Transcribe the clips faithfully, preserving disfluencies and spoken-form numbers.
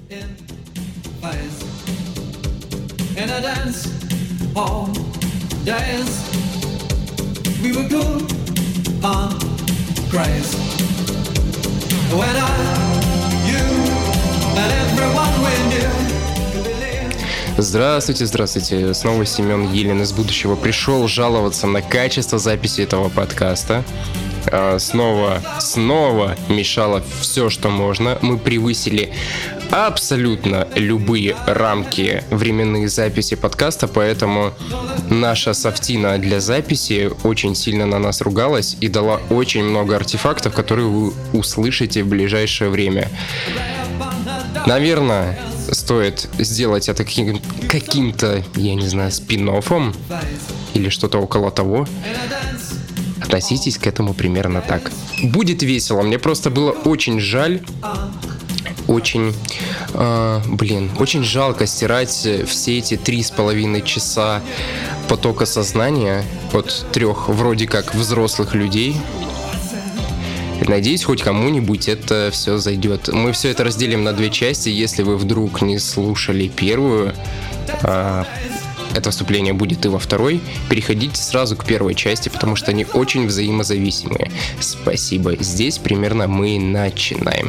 In a dance hall days, we were cool on craze. When I, you, and everyone we knew. Здравствуйте, здравствуйте. Снова Семен Елен из будущего пришел жаловаться на качество записи этого подкаста. Снова, снова мешало все, что можно. Мы превысили абсолютно любые рамки временных записи подкаста, поэтому наша софтина для записи очень сильно на нас ругалась и дала очень много артефактов, которые вы услышите в ближайшее время. Наверное, стоит сделать это каким- каким-то, я не знаю, спин-оффом или что-то около того. Относитесь к этому примерно так. Будет весело. Мне просто было очень жаль, очень, э, блин, очень жалко стирать все эти три с половиной часа потока сознания от трех вроде как взрослых людей. Надеюсь, хоть кому-нибудь это все зайдет. Мы все это разделим на две части. Если вы вдруг не слушали первую, э, это вступление будет и во второй. Переходите сразу к первой части, потому что они очень взаимозависимые. Спасибо. Здесь примерно мы начинаем.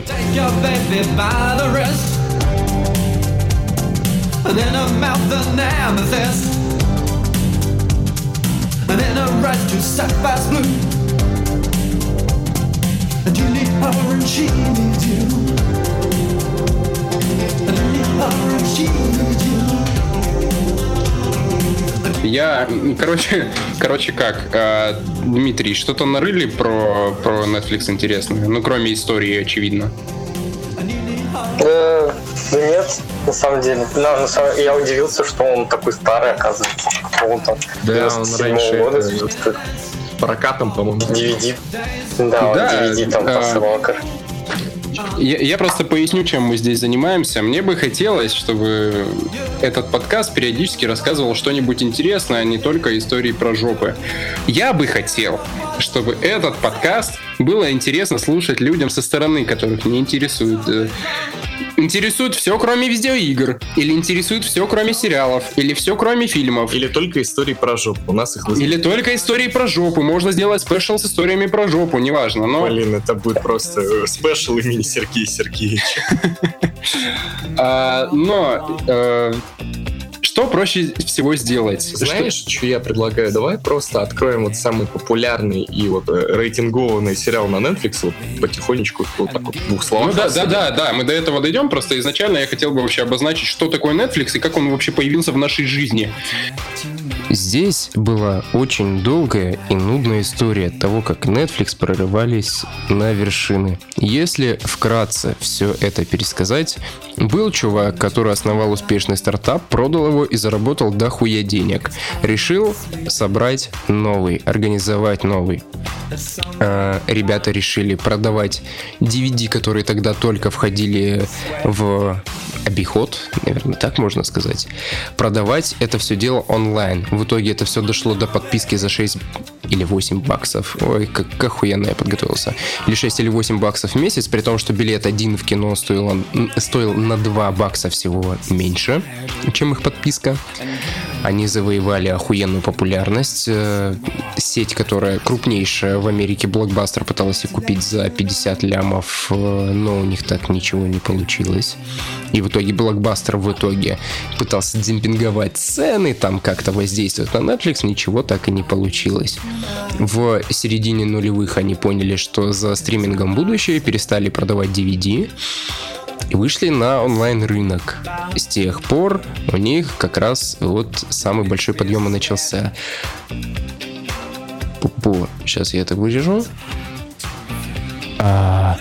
Я, короче, короче как, э, Дмитрий, что-то нарыли про, про Netflix интересное? Ну, кроме истории, очевидно. Э, нет, на самом деле. На, на самом... Я удивился, что он такой старый, оказывается. Он там да, он раньше года, это... прокатом, по-моему. ди ви ди. Да, да ди ви ди там э... посылал. Я, я просто поясню, чем мы здесь занимаемся. Мне бы хотелось, чтобы этот подкаст периодически рассказывал что-нибудь интересное, а не только истории про жопы. Я бы хотел, чтобы этот подкаст было интересно слушать людям со стороны, которых не интересует. Интересует все, кроме видеоигр. Или интересует все, кроме сериалов. Или все, кроме фильмов. Или только истории про жопу. У нас их называют. Или только истории про жопу. Можно сделать спешл с историями про жопу, неважно. Но... Блин, это будет просто спешл имени Сергея Сергеевича. Но... Что проще всего сделать? Знаешь, что? что я предлагаю? Давай просто откроем вот самый популярный и вот рейтингованный сериал на Netflix, вот потихонечку, вот так вот в двух словах. Ну да, да, да, да, мы до этого дойдем, просто изначально я хотел бы вообще обозначить, что такое Netflix и как он вообще появился в нашей жизни. Здесь была очень долгая и нудная история того, как Netflix прорывались на вершины. Если вкратце все это пересказать, был чувак, который основал успешный стартап, продал его и заработал дохуя денег. Решил собрать новый, организовать новый. А, ребята решили продавать ди ви ди, которые тогда только входили в обиход, наверное, так можно сказать. Продавать это все дело онлайн. В итоге это все дошло до подписки за шесть или восемь баксов. Ой, как, как охуенно я подготовился. Или шесть или восемь баксов в месяц, при том, что билет один в кино стоил, стоил на два бакса всего меньше, чем их подписка. Они завоевали охуенную популярность. Сеть, которая крупнейшая в Америке, Blockbuster, пыталась их купить за пятьдесят лямов, но у них так ничего не получилось. И в итоге Blockbuster в итоге пытался демпинговать цены, там как-то воздействовать на Netflix, ничего так и не получилось. В середине нулевых они поняли, что за стримингом будущее, перестали продавать ди ви ди и вышли на онлайн-рынок. С тех пор у них как раз вот самый большой подъем и начался. Пу-пу. Сейчас я это вырежу. А...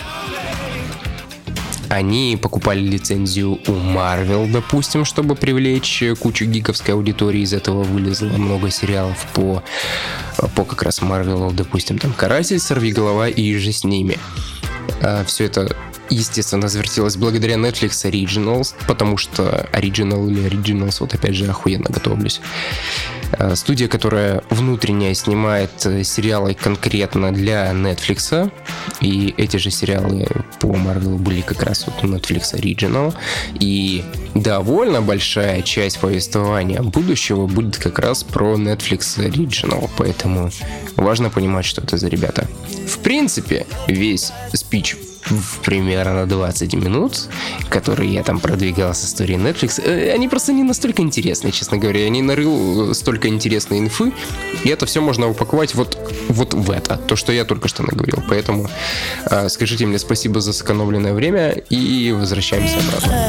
Они покупали лицензию у Marvel, допустим, чтобы привлечь кучу гиковской аудитории. Из этого вылезло много сериалов по, по как раз Marvel, допустим, там «Каратель», «Сорвиголова» и же с ними. А, все это естественно, завертелась благодаря Netflix Originals, потому что Original или Originals, вот опять же, охуенно готовлюсь. Студия, которая внутренне снимает сериалы конкретно для Netflix, и эти же сериалы по Marvel были как раз вот Netflix Original, и довольно большая часть повествования будущего будет как раз про Netflix Original, поэтому важно понимать, что это за ребята. В принципе, весь спич в примерно двадцать минут, которые я там продвигал с историей Netflix, они просто не настолько интересны, честно говоря. Я не нарыл столько интересной инфы, и это все можно упаковать вот, вот в это, то, что я только что наговорил. Поэтому э, скажите мне спасибо за сэкономленное время и возвращаемся обратно.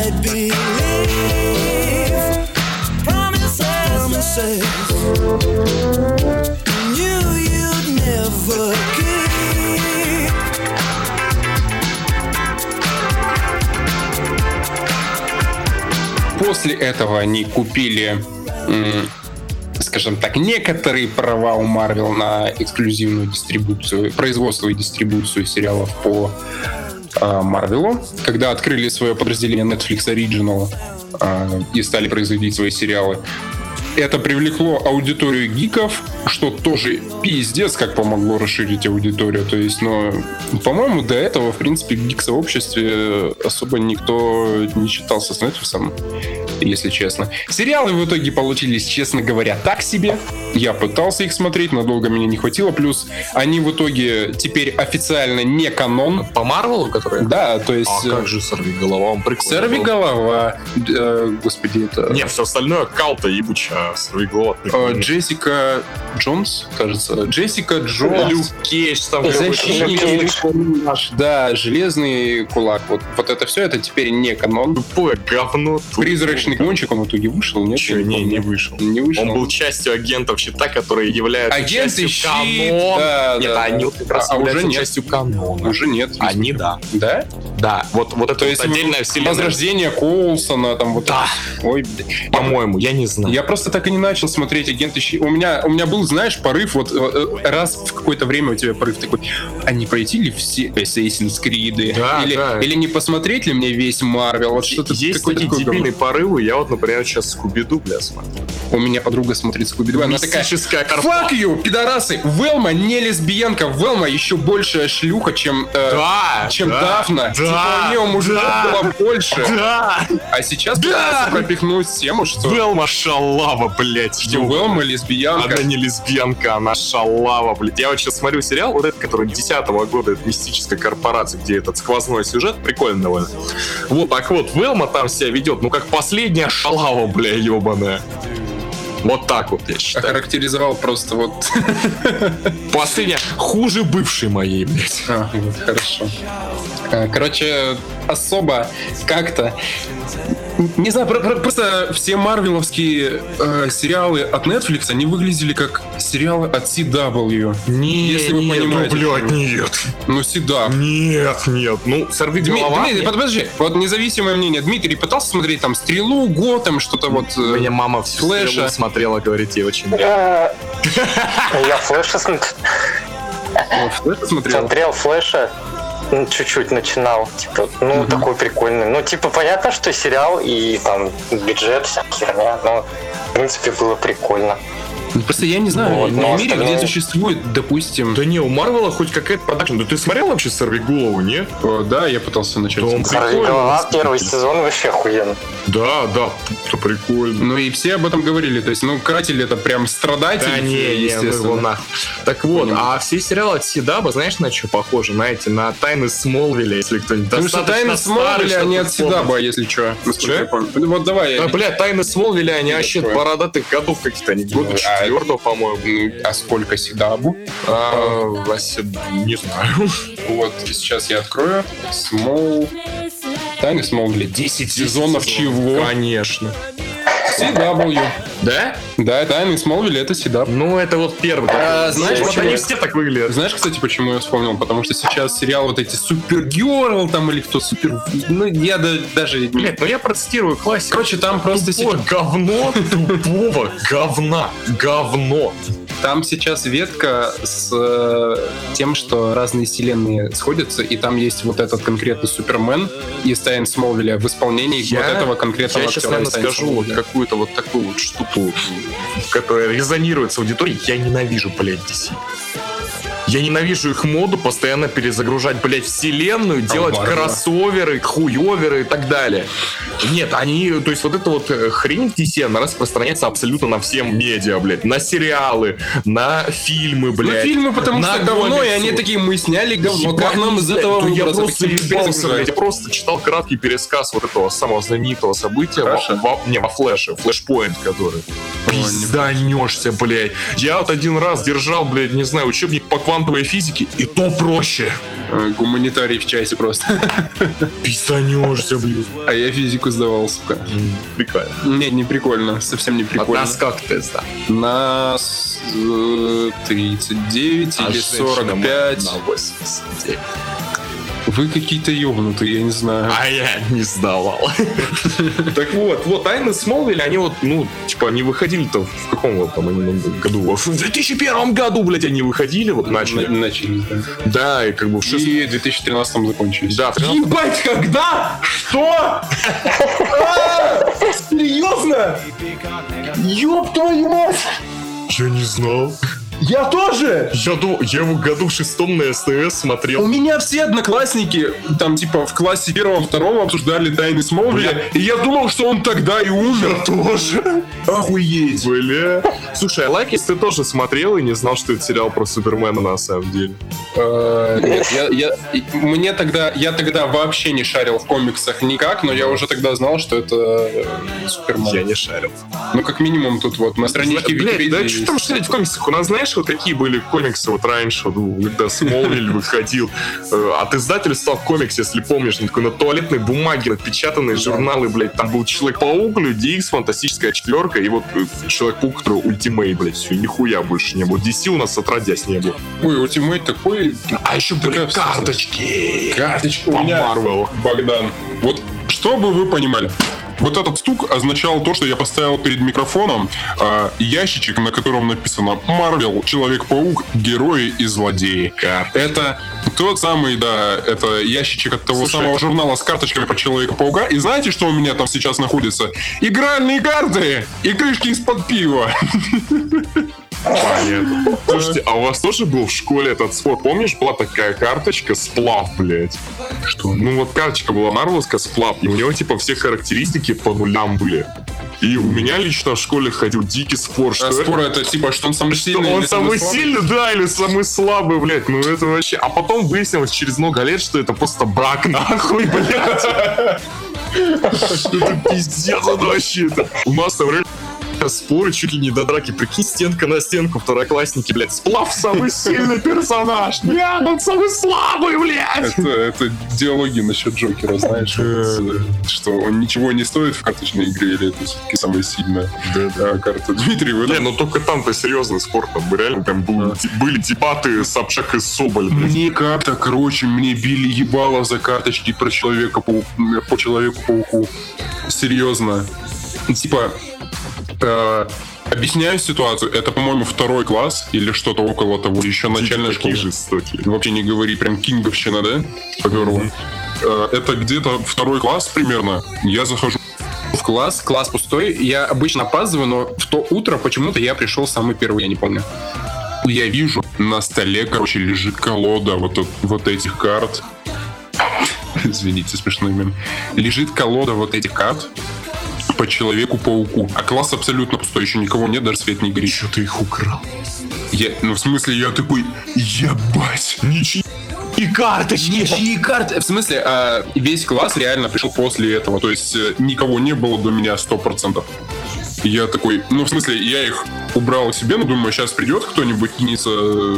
После этого они купили, м- скажем так, некоторые права у Marvel на эксклюзивную дистрибуцию, производство и дистрибуцию сериалов по Марвелу, э, когда открыли свое подразделение Netflix Original э, и стали производить свои сериалы. Это привлекло аудиторию гиков, что тоже пиздец как помогло расширить аудиторию. То есть, ну, по-моему, до этого, в принципе, в гик-сообществе особо никто не считался с Netflix, если честно. Сериалы в итоге получились, честно говоря, так себе. Я пытался их смотреть, но долго меня не хватило. Плюс они в итоге теперь официально не канон. По Марвелу, которые? Да, то есть... А как же Сорвиголова? Он прикольный. Сорвиголова. Э, господи, это... Не, все остальное калта ебучая. Сорвиголова. Джессика Джонс, кажется. Джессика Джонс. Люк Кейдж там. Защитник. Да, Железный Кулак. Вот, вот это все, это теперь не канон. Тупое говно. Призрачный гонщик, он в итоге вышел, нет? Че, не, не вышел. Не вышел. Он был частью агентов щита, которые являются Агенты частью щит, канона. да, Нет, да, они да. вот как раз А, а являются уже нет. частью канона. Уже нет. Они, да. Да? Да, вот, вот это То вот есть отдельная вселенная. Возрождение Коулсона, там вот. Да. Ой, блядь. По-моему, я не знаю. Я просто так и не начал смотреть Агенты щит. У меня, у меня был, знаешь, порыв, вот э, раз в какое-то время у тебя порыв такой, а не пройти ли все Assassin's Creed? Да, или, да. или не посмотреть ли мне весь Марвел? Вот что-то Есть какой-то такие такой дебильные говно. порывы. Я вот, например, сейчас Скуби-Ду, бля, смотрю. У меня подруга смотрит Скуби-Ду, она такая: Мистическая корпорация. fuck you, пидорасы! Велма не лесбиянка, Велма еще большая шлюха, чем, э, Да, чем да, Дафна. да, Типа у нее мужиков да, было больше. Да! А сейчас Да. пытаются пропихнуть тему, что, Велма шалава, блядь. что Велма лесбиянка. Она не лесбиянка, она шалава, блядь. Я вот сейчас смотрю сериал, вот этот, который десятого года, это мистическая корпорация, где этот сквозной сюжет, прикольно довольно. Вот так вот, Велма там себя ведет, ну как последняя шалава, бля, ебаная. Вот так вот, я считаю. Охарактеризовал просто вот... Последняя, хуже бывшей моей, блядь. А, вот, хорошо. А, Короче, особо как-то... Не знаю, про- про- просто все марвеловские э, сериалы от Netflix, они выглядели как сериалы от си дабл ю. Не, Если вы нет, понимаете, ну, блядь, что- нет. Ну, си даб. Нет, нет, ну, сорви Дми- голова. Дмитрий, подожди, вот независимое мнение. Дмитрий пытался смотреть там Стрелу, Готэм, что-то вот... э, Меня мама всю Флэша. Стрелу смотрела, говорит, ей очень нравится. Я я Флэша см- э, Флэш смотрел? смотрел, Флэша. Ну, чуть-чуть начинал, типа, ну, Мгм. такой прикольный. Ну, типа, понятно, что сериал и там бюджет, вся херня, но, в принципе, было прикольно. Ну, просто я не знаю, Вот, в но мире, остальное- где существует, допустим... Да не, у Марвела хоть какая-то продакшн. Да ты смотрел вообще «Сорви голову», не? э, Да, я пытался начать. Да он смотреть. прикольно. Голова, первый сезон вообще охуенно. Да, да, это прикольно. Ну и все об этом говорили. То есть, ну, Каратель это прям страдатель, Да не, не, ну его естественно. нахуй. Так вот, Понимаю. а все сериалы от Сидаба, знаешь, на что похожи? На эти, на «Тайны Смолвиля», если кто-нибудь Потому что достаточно Тайны старый, Смолвиля, чтобы они от вспомнить. Сидаба, если что. насколько Чё? я помню. Ну, вот давай. А, я- бля, «Тайны Смолвиля», они вообще такое? бородатых годов каких-то, они года А, четвертого, по-моему. Ну, а сколько Сидабу? А, Вася, не знаю. Вот, сейчас я открою. Смол... Тайны Смолвиля. десять сезонов чего? Конечно. си дабл ю. Да? Да, Тайны Смолвиля это Сидаб. Ну, это вот первый. А, такой. знаешь, вот почему? они все так выглядят. Знаешь, кстати, почему я вспомнил? Потому что сейчас сериал вот эти Супергерл там или кто супер... Ну, я да- даже... не- Блять, ну я процитирую классику. Короче, там просто Тупое сейчас... говно тупого говна. Говно. Там сейчас ветка с э, тем, что разные вселенные сходятся, и там есть вот этот конкретный Супермен из Тайн Смолвиля в исполнении я, вот этого конкретного я актера. Я сейчас, наверное, скажу вот какую-то вот такую вот штуку, которая резонирует с аудиторией. Я ненавижу, блядь, ди си. Я ненавижу их моду постоянно перезагружать, блядь, вселенную, делать Омар, кроссоверы, хуёверы и так далее. Нет, они, то есть вот эта вот хрень в ди си, она распространяется абсолютно на все медиа, блядь, на сериалы, на фильмы, блядь. На фильмы, потому на что говно, и они такие, мы сняли говно, Ебать, как нам из этого я выбраться? просто, я просто читал краткий пересказ вот этого самого знаменитого события, во, во, не, во Флэше, Флэшпоинт, который. Пизданешься, блядь. Я вот один раз держал, блядь, не знаю, учебник по квантовой физике, и то проще. Гуманитарий в часе просто. Пизданешься, блядь. А я физику сдавал, сука. Прикольно. Нет, не прикольно, совсем не прикольно. А нас как ты сдал? На тридцать девять а или сорок пять. На восемьдесят девять. Вы какие-то ёбнутые, я не знаю. А я не сдавал. Так вот, вот Тайны Смолвиля, они вот, ну, типа, они выходили-то в каком вот там году? В две тысячи первом году, блядь, они выходили, вот начали. Начали, да. Да, и как бы в шестом... И в две тысячи тринадцатом закончились. Да, ебать, когда? Что? Серьезно? Ёб твою мать! Я не знал. Я тоже! Я, ду- я его году в шестом на СТС смотрел. У меня все одноклассники, там, типа, в классе первого-второго обсуждали Тайны Смолвиля, и я думал, что он тогда и умер. Я тоже. Охуеть. Бля. Слушай, а Лакис ты тоже смотрел и не знал, что это сериал про Супермена на самом деле? Нет, я, я, мне тогда, я тогда вообще не шарил в комиксах никак, но я уже тогда знал, что это Супермен. Я не шарил. Ну, как минимум, тут вот на страничке Википедии. Да что там шарить в комиксах? У нас, знаешь, вот какие были комиксы вот раньше, ну, когда Смолвиль выходил. От издательства комикс, если помнишь, на такой на туалетной бумаге напечатанные журналы, блядь. Там был Человек-паук, Люди Икс, Фантастическая четверка, и вот Человек-паук, который Ультимейт, блядь, все, нихуя больше не было. ди си у нас отродясь не было. Ой, Ультимейт такой... А еще были карточки. Карточки по Марвелу. Богдан. Вот, чтобы вы понимали. Вот этот стук означал то, что я поставил перед микрофоном э, ящичек, на котором написано «Марвел, Человек-паук, герои и злодеи». Это тот самый, да, это ящичек от того Слушай, самого журнала с карточками про Человека-паука. И знаете, что у меня там сейчас находится? Игральные карты и крышки из-под пива. Понятно. Слушайте, а у вас тоже был в школе этот спорт? Помнишь, была такая карточка сплав, блядь? Что? Ну вот карточка была марвеловская сплав, и у него типа все характеристики по нулям были. И у меня лично в школе ходил дикий спор. Что а спор это, это типа, что он самый что сильный он или самый самый сильный, да, или самый слабый, блядь. Ну это вообще... А потом выяснилось через много лет, что это просто брак, нахуй, блядь. Это пиздец, это вообще. У нас там реально споры чуть ли не до драки. Прикинь, стенка на стенку, второклассники, блядь. Сплав самый сильный персонаж. Нет, он самый слабый, блядь. Это, это диалоги насчет Джокера, знаешь, вот, что он ничего не стоит в карточной игре, или это все-таки самая сильная да, карта. Дмитрий, вы... Не, ну только там-то серьезный спор, там реально там был, да. были дебаты Собчак и Соболь. Блядь. Мне как-то, короче, мне били ебало за карточки про Человека-паука, по Человеку-пауку. Серьезно. Типа... Э, объясняю ситуацию. Это, по-моему, второй класс или что-то около того. Еще начальная школа. Жестокие. Вообще не говори, прям кинговщина, да? Поперла. Mm-hmm. Э, это где-то второй класс примерно. Я захожу в класс, класс пустой. Я обычно опаздываю, но в то утро почему-то я пришел самый первый, я не помню. Я вижу, на столе, короче, лежит колода вот, вот этих карт. Извините, смешной мем. Лежит колода вот этих карт по Человеку-пауку. А класс абсолютно пустой, еще никого нет, даже свет не горит. Что ты их украл? Я, ну, в смысле, я такой, ебать, ничьи и карточки. Ничьи карты. В смысле, а, весь класс реально пришел после этого. То есть никого не было до меня сто процентов. Я такой, ну, в смысле, я их убрал себе, но думаю, сейчас придет кто-нибудь, кинется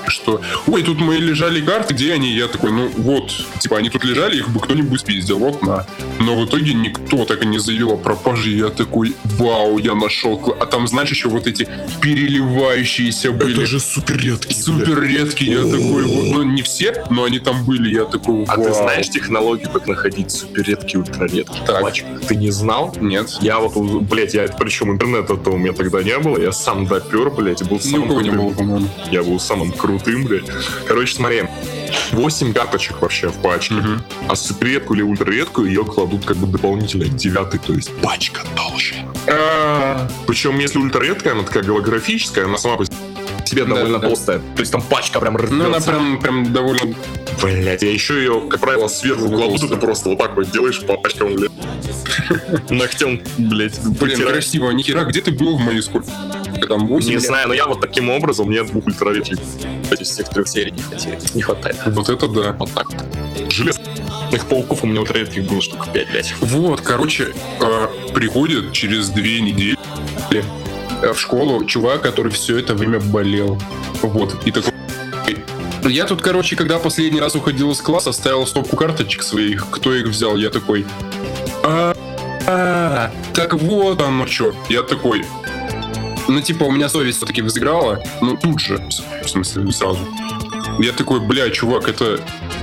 что ой, тут мои лежали карты, где они? Я такой, ну вот, типа, они тут лежали, их бы кто-нибудь спиздил, вот на. Но в итоге никто так и не заявил о пропаже. Я такой, вау, я нашел. А там, знаешь, еще вот эти переливающиеся были. Это же супер редкие. Супер редкие. Я такой, ну не все, но они там были. Я такой, вау. А ты знаешь технологию, как находить супер редкие, ультраредкие пачки? Ты не знал? Нет. Я вот, блядь, я, причем интернета-то у меня тогда не было, я сам допер, блядь, и был самым крутым. Не было, по-моему. Я был самым крутым, блядь. Короче, смотри, восемь карточек вообще в пачке, uh-huh. а суперредкую или ультраредкую ее кладут как бы дополнительно девятый, то есть пачка толще. А-а-а. Причем если ультраредкая, она такая голографическая, она сама по себе да, довольно да. толстая, то есть там пачка прям рвется. Ну она прям, прям довольно... Блять, я еще ее, как правило, сверху кладут, это просто вот так вот делаешь по пачкам, блядь. Ногтем, блядь, блин, красиво, нихера, где ты был в моей сколько? Там восемь не лет? знаю, но я вот таким образом, мне двух ультраредких из всех трех серий не хватает. Не хватает. Вот это да. Вот так вот. Железных пауков у меня ультраредких было штук пять, блядь. Вот, короче, э, приходит через две недели в школу чувак, который все это время болел. Вот, и такой... Я тут, короче, когда последний раз уходил из класса, ставил стопку карточек своих, кто их взял, я такой... А, а, так вот оно что. Я такой... Ну, типа, у меня совесть все-таки взыграла. Ну, тут же, в смысле, сразу. Я такой, бля, чувак, это...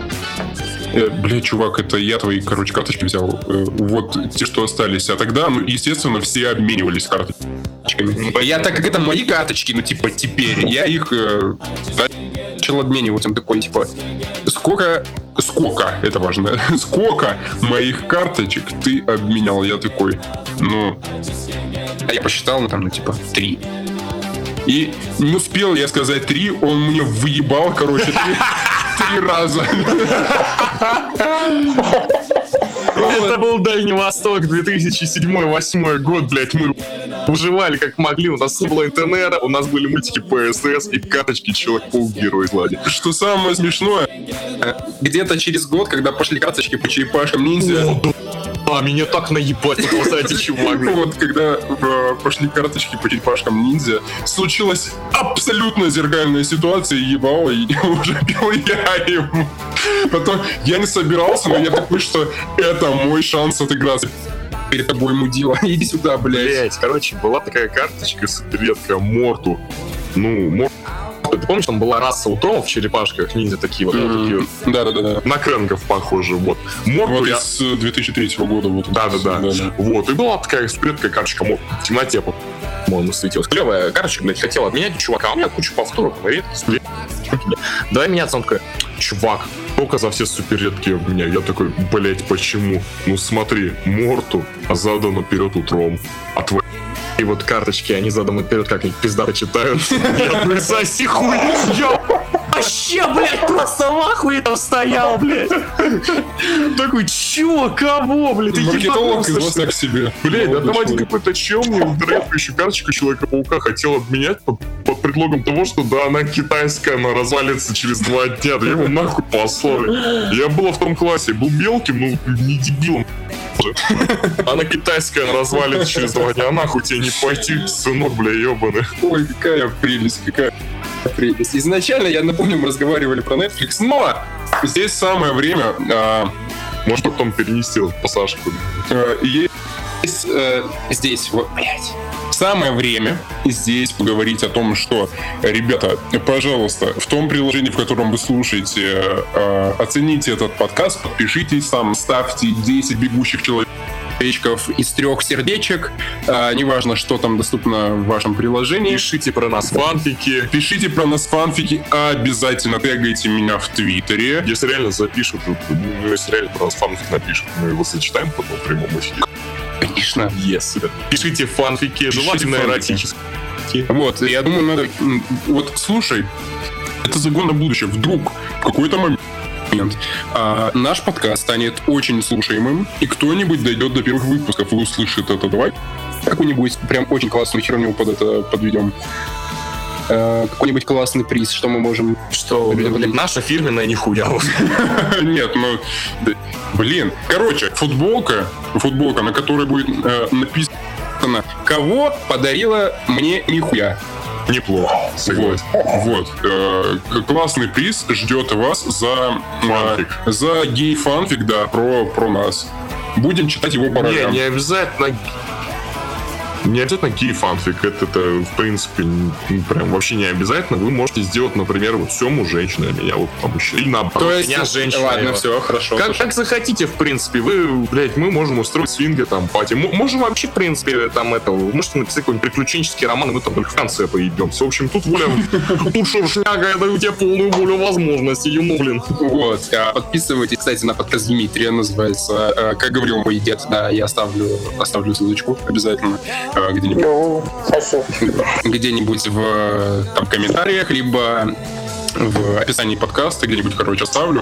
Э, бля, чувак, это я твои, короче, карточки взял. Э, вот те, что остались. А тогда, ну, естественно, все обменивались карточками. Я, так как это мои карточки, ну, типа, теперь, я их э, начал обменивать. Он такой, типа, сколько... Сколько, это важно, сколько моих карточек ты обменял? Я такой, ну... А я посчитал, ну там, ну типа, три. И не успел я сказать три, он мне выебал, короче, три раза. Это был Дальний Восток, две тысячи седьмой — две тысячи восьмой год, блядь, мы выживали как могли, у нас не было интернета, у нас были мультики пэ эс эс и карточки Человек-паук Герой Злади. Что самое смешное, где-то через год, когда пошли карточки по черепашкам ниндзя... А, меня так наебать, кстати, чувак. Вот, когда э, пошли карточки по черепашкам ниндзя, случилась абсолютно зеркальная ситуация, ебало, и уже пил я ему. Потом я не собирался, но я такой, что это мой шанс отыграться. Перед тобой, мудила. Иди сюда, блядь. Блядь, короче, была такая карточка суперредкая, Морту. Ну, Морту. Ты помнишь, там была раса утромов в черепашках, ниндзя такие вот, mm-hmm. вот такие да-да-да. На крэнгов похожи, вот. Морту вот я... из две тысячи третьего года. Вот. Да-да-да. Вот, и была такая суперредкая карточка Морту. В темноте, по-моему, светилась. Клевая карточка, блядь, хотела обменять чувака, а у меня куча повторов, редкость, блядь. Давай меняться. Он такой, чувак, только за все суперредкие в меня. Я такой, блядь, почему? Ну смотри, Морту, а задом наперед утром. А твой... И вот карточки, они задом наперед как-нибудь пиздато читают. Я такой, соси хуй. Я вообще, блядь, просто в ахуе там стоял, блядь. Такой, чё, кого, блядь? Маркетолог из вас так себе. Блядь, да там один какой-то чел мне ультраредкую еще карточку Человека-паука хотел обменять под, под предлогом того, что да, она китайская, она развалится через два дня. Да его нахуй послали. Я был в том классе, был мелким, ну, не дебилом. Она китайская, она развалится через два дня. А нахуй тебе не пойти, сынок, бля, ебаный. Ой, какая прелесть, какая прелесть. Изначально, я напомню, мы разговаривали про Netflix, но здесь самое время... А, может, потом перенести вот пассажку. А, есть а, здесь, вот, блядь. Самое время здесь поговорить о том, что, ребята, пожалуйста, в том приложении, в котором вы слушаете, э, оцените этот подкаст, подпишитесь там, ставьте десять бегущих человечков из трех сердечек, э, неважно, что там доступно в вашем приложении. Пишите про нас фанфики. Пишите про нас фанфики, обязательно тегайте меня в Твиттере. Если реально запишут, ну, если реально про нас фанфик напишут, мы его зачитаем потом в прямом эфире. Конечно. Yes. Пишите фанфики, желательно эротические. Вот, я думаю, надо... Вот, слушай, это загон на будущее. Вдруг в какой-то момент а, наш подкаст станет очень слушаемым, и кто-нибудь дойдет до первых выпусков и услышит это. Давай какую-нибудь прям очень классную херню под это подведем. А, какой-нибудь классный приз, что мы можем... Что, блин, наша фирменная нихуя. Нет, ну... Блин, короче, футболка, футболка, на которой будет э, написано «Кого подарила мне нихуя». Неплохо. Вот, вот. Э, классный приз ждет вас за, Фанфик. э, за гей-фанфик, да, про, про нас. Будем читать его по Не, ролям. не обязательно... Не обязательно гей-фанфик, это, это в принципе не- прям вообще не обязательно. Вы можете сделать, например, вот Сему женщина, а меня вот там еще. Или наоборот, То есть, меня женщина. ладно, его. все, хорошо. Как, как захотите, в принципе. Вы, блядь, мы можем устроить свинги, там, пати. М- можем вообще, в принципе, там, это, вы можете написать какой-нибудь приключенческий роман, и мы там только в конце поебемся. В общем, тут, воля, тут шершняга, я даю тебе полную волю возможностей, ему, блин. Вот, а, подписывайтесь, кстати, на подкаст Дмитрия, называется э, «Как говорил мой дед». Да, я оставлю, оставлю ссылочку обязательно э, где-нибудь, Ну, спасибо. где-нибудь в э, там, комментариях, либо в описании подкаста, где-нибудь, короче, оставлю.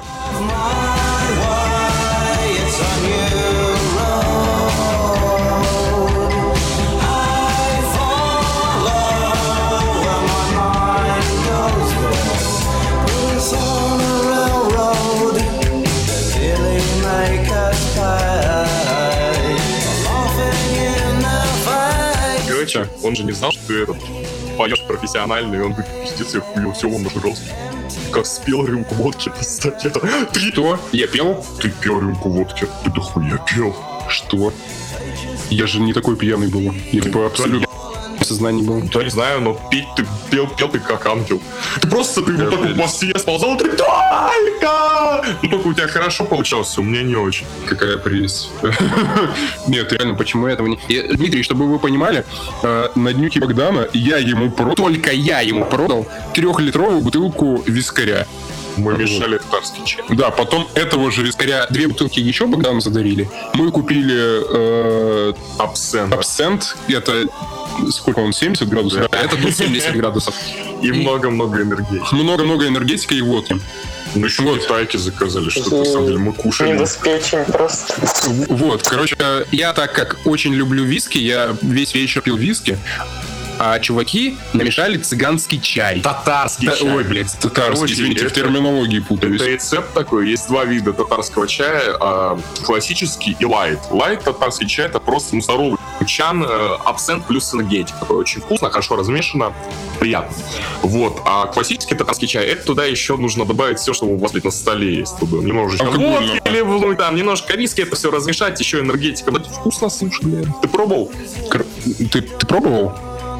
Короче, он же не знал, что ты этот поешь профессионально, и он говорит, пиздец, я хуел, все, он нажрался. Как спел рюмку водки, представь, это... Ты, Что? Я пел? ты пел рюмку водки, ты дохуя пел. Что? Я же не такой пьяный был. Я типа абсолютно В сознании был. Да не знаю, но петь ты пел, пел ты как ангел. Ты просто ты вот так по стене сползал, ты только! Ну только у тебя хорошо получалось, у меня не очень. какая прелесть. Нет, реально, почему я этого не... Я- Дмитрий, чтобы вы понимали, А, на днюхе Богдана я ему продал, только я ему продал. трехлитровую бутылку вискаря. Мы мешали татарский чай. Да, потом этого же вискаря две бутылки еще Богдану задарили. Мы купили э, Абсент. абсент. Это сколько он, семьдесят градусов? А это тут семьдесят градусов. И много-много энергии. Много-много энергетики и водки. Мы еще Вот. китайки заказали, что-то на самом деле мы кушали. Недоспечень просто. Вот, короче, Короче, я так как очень люблю виски, я весь вечер пил виски, а чуваки намешали цыганский чай. Татарский Да, чай. ой, блядь, татарский, Короче, извините, в это- терминологии путаюсь. Это рецепт такой, есть два вида татарского чая, а, классический и лайт. Лайт татарский чай это просто ну, здоровый чан, э, абсент плюс энергетика. Такой очень вкусно, хорошо размешано, приятно. Вот, а классический татарский чай, это туда еще нужно добавить все, что у вас блядь, на столе есть. Туда немножечко Алкогольно. водки, или ну, там немножко виски, это все размешать, еще энергетика. Блядь, вкусно, слушай, блядь. Ты пробовал? Кр- Ты, ты пробовал?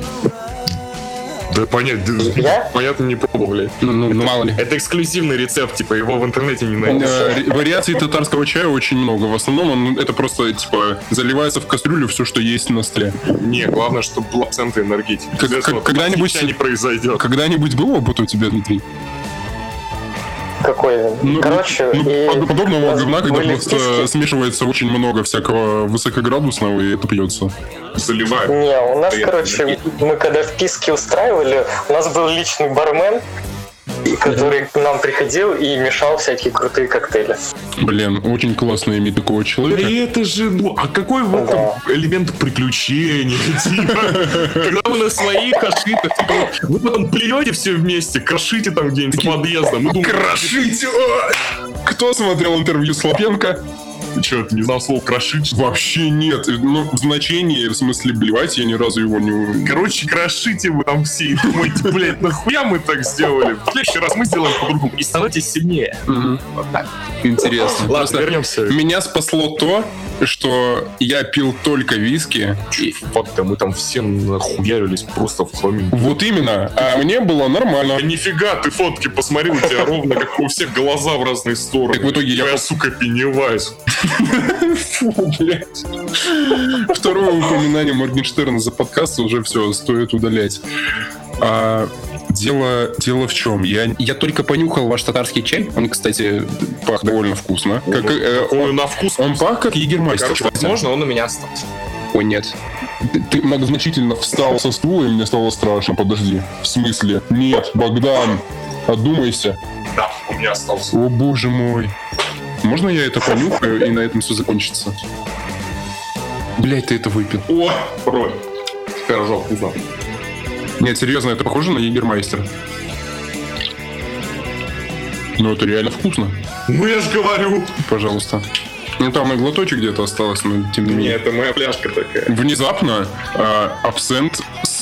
Да понятно, Я? понятно, не пробовал, блядь. Ну, ну, ну, мало ли. Это эксклюзивный рецепт, типа его в интернете не найдешь. Э, ре- Вариаций татарского чая очень много. В основном он, это просто, типа, заливается в кастрюлю все, что есть на столе. Не, главное, чтобы был акцент энергетики. Как- Без этого как- когда-нибудь- ничего не произойдет. Когда-нибудь был опыт у тебя, Дмитрий? Какой? Ну, Короче, ну, и под- подобного у нас говна, когда были просто виски. смешивается очень много всякого высокоградусного, и это пьется. Заливают. Не, у нас, Привет. короче, мы когда вписки устраивали, у нас был личный бармен, и который к нам приходил и мешал всякие крутые коктейли. Блин, очень классно иметь такого человека. И это же, ну, а какой в этом элемент приключения? Типа, когда вы на своих ошибках, типа, вы потом плюете все вместе, крошите там где-нибудь с подъездом. Мы думаем, Крошить! Ой! Кто смотрел интервью с Лапенко? ты что, ты не знал слово крошить? Вообще нет. Ну, в значении, в смысле, блевать, я ни разу его не... Короче, крошите вы там все и думаете, блядь, нахуя мы так сделали? В следующий раз мы сделаем по-другому. И становитесь сильнее. Мгм. Интересно. Ладно, Просто вернемся. Меня спасло то, что я пил только виски. И факт-то мы там все нахуярились просто в хламин. Вот именно. А мне было нормально. Да нифига, ты фотки посмотри, у тебя ровно как у всех глаза в разные стороны. Так в итоге я я, пос- сука, Пеннивайз. Фу, блядь. Второе упоминание Моргенштерна за подкаст уже все, стоит удалять. А, дело, дело в чем? Я, я только понюхал ваш татарский чай. Он, кстати, пах довольно вкусно. Как, э, Он он, на вкус. он пах как егермастер. Короче, возможно, он у меня остался. Ой, нет. Ты, ты многозначительно встал со стула, и мне стало страшно. Подожди. В смысле? Нет, Богдан, одумайся. Да, у меня остался. О, боже мой. Можно я это понюхаю, и на этом все закончится? Блять, ты это выпил. О, роль. Пирожок, не знаю. Нет, серьезно, это похоже на егермастер. Ну, это реально вкусно. Ну я ж говорю. Пожалуйста. Ну, там и глоточек где-то осталось, но тем не Не, менее. это моя пляшка такая. Внезапно а, абсент с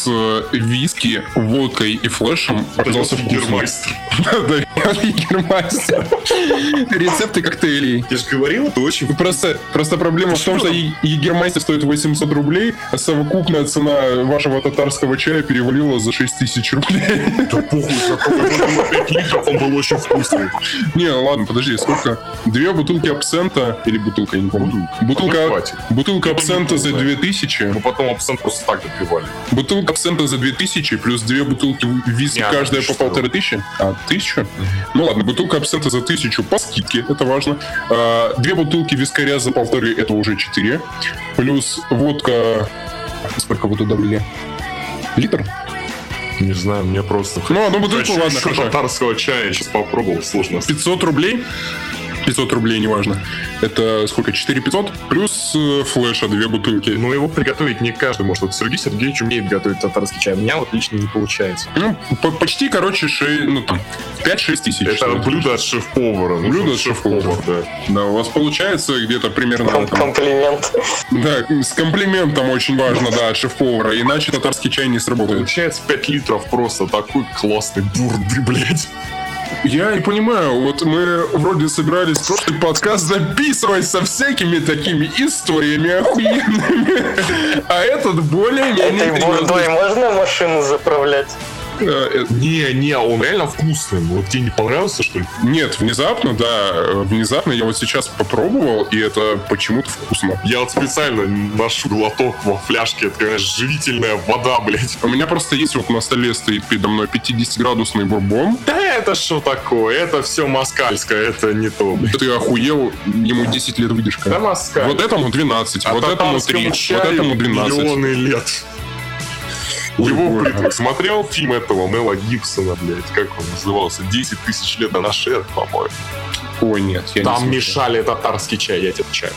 с э, виски, водкой и флешем оказался вкусным. Егермайстер. Да, Егермайстер. Рецепты коктейлей. Я же говорил, это очень... Просто, просто проблема в том, что е- Егермайстер стоит восемьсот рублей, а совокупная цена вашего татарского чая перевалила за шесть тысяч рублей. Да похуй, какой было пять литров, он был очень вкусный. Не, ладно, подожди, сколько? Две бутылки абсента, или бутылка, я не помню. Бутылка, хватит. бутылка абсента за две тысячи. Ну потом абсент просто так допивали. Бутылка абсента за две тысячи, плюс две бутылки виски, Не, каждая по что? полторы тысячи. А, тысячу? Ну ладно, бутылка абсента за тысячу по скидке, это важно. А, две бутылки вискаря за полторы, это уже четыре. Плюс водка... Сколько вы туда влили? Литр? Не знаю, мне просто... Ну, одну бутылку, Хочу ладно, еще хорошо. татарского чая, я сейчас попробовал, сложно. пятьсот рублей? пятьсот рублей, неважно. Это сколько? четыре тысячи пятьсот? Плюс э, флеша, две бутылки. Но его приготовить не каждый может. Вот Сергей Сергеевич умеет готовить татарский чай. У меня вот лично не получается. Ну, по- почти, короче, шесть, ну, там, пять-шесть тысяч. Это стоит. блюдо от шеф-повара. Ну, Блюдо от шеф-повара, шеф-повара. да. Да, у вас получается где-то примерно... Ком- там, Комплимент. да, с комплиментом очень важно, да, от шеф-повара. Иначе татарский чай не сработает. Получается пять литров просто такой классный бурды, блядь. Я не понимаю, вот мы вроде собирались прошлый подкаст записывать со всякими такими историями охуенными, а этот более-менее Этой бурдой можно машину заправлять? серьезный. Не, не, он реально вкусный. Вот тебе не понравился, что ли? Нет, внезапно, да, внезапно я вот сейчас попробовал, и это почему-то вкусно. Я вот специально ношу глоток во фляжке. Это, конечно, живительная вода, блядь. У меня просто есть вот на столе стоит передо мной пятидесятиградусный бурбон. Да это что такое? Это все москальское, это не то, блядь. Ты охуел, ему десять лет выдержка. Да москаль. Вот этому двенадцать, А вот этому три, татарскому вот чаю этому двенадцать. миллионы лет. Ой, Его боже. придумал. Смотрел фильм этого Мела Гибсона, блядь, как он назывался? десять тысяч лет до нашей эры, по-моему. Ой, нет, я не Там слышал. мешали татарский чай, я тебе отвечаю.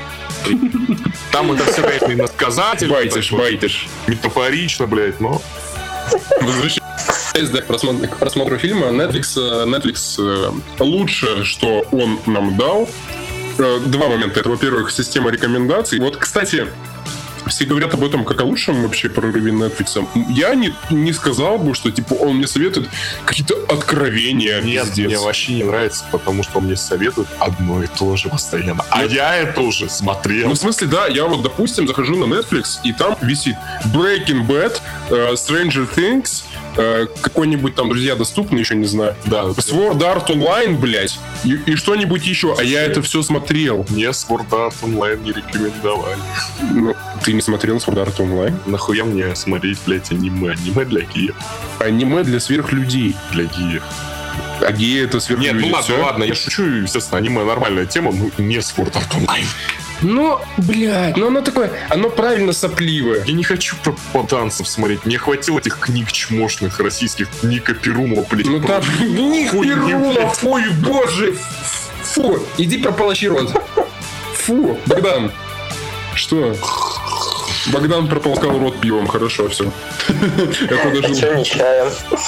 Там это все, конечно, иносказательно, Байтишь, так вот, байтишь. метафорично, блядь, но... Возвращаясь, да, к просмотру, к просмотру фильма, Netflix, э, Netflix э, лучше, что он нам дал. Э, Два момента. Это, во-первых, система рекомендаций. Вот, кстати, все говорят об этом как о лучшем вообще прорыве Netflix. Я не, не сказал бы, что типа он мне советует какие-то откровения. Нет, пиздец. мне вообще не нравится, потому что мне советуют одно и то же постоянно. А я это уже смотрел. Ну, в смысле, да, я вот, допустим, захожу на Netflix, и там висит Breaking Bad, э, Stranger Things, э, какой-нибудь там, друзья, доступны, еще не знаю. Да, Sword Art Online, блядь, и, и что-нибудь еще, а я это все смотрел. мне Sword Art Online не рекомендовали. Ну, ты не смотрел Sword Art Online? Нахуя мне смотреть, блядь, аниме? Аниме для геев. Аниме для сверхлюдей. Для геев. А геи это Нет, сверхлюди. ну ладно, всё. ладно, я шучу, естественно, аниме нормальная тема, но не Sword Art Online. Ну, блядь, ну оно такое, оно правильно сопливое. Я не хочу про попаданцев смотреть. Мне хватило этих книг чмошных российских, Ника Перумова, блядь. Ну там, них Хуй, Перумов, ой, боже, фу, иди прополощи рот. Фу, Богдан. Что? Богдан прополкал рот пивом, хорошо, все. Это Че даже... не чаем?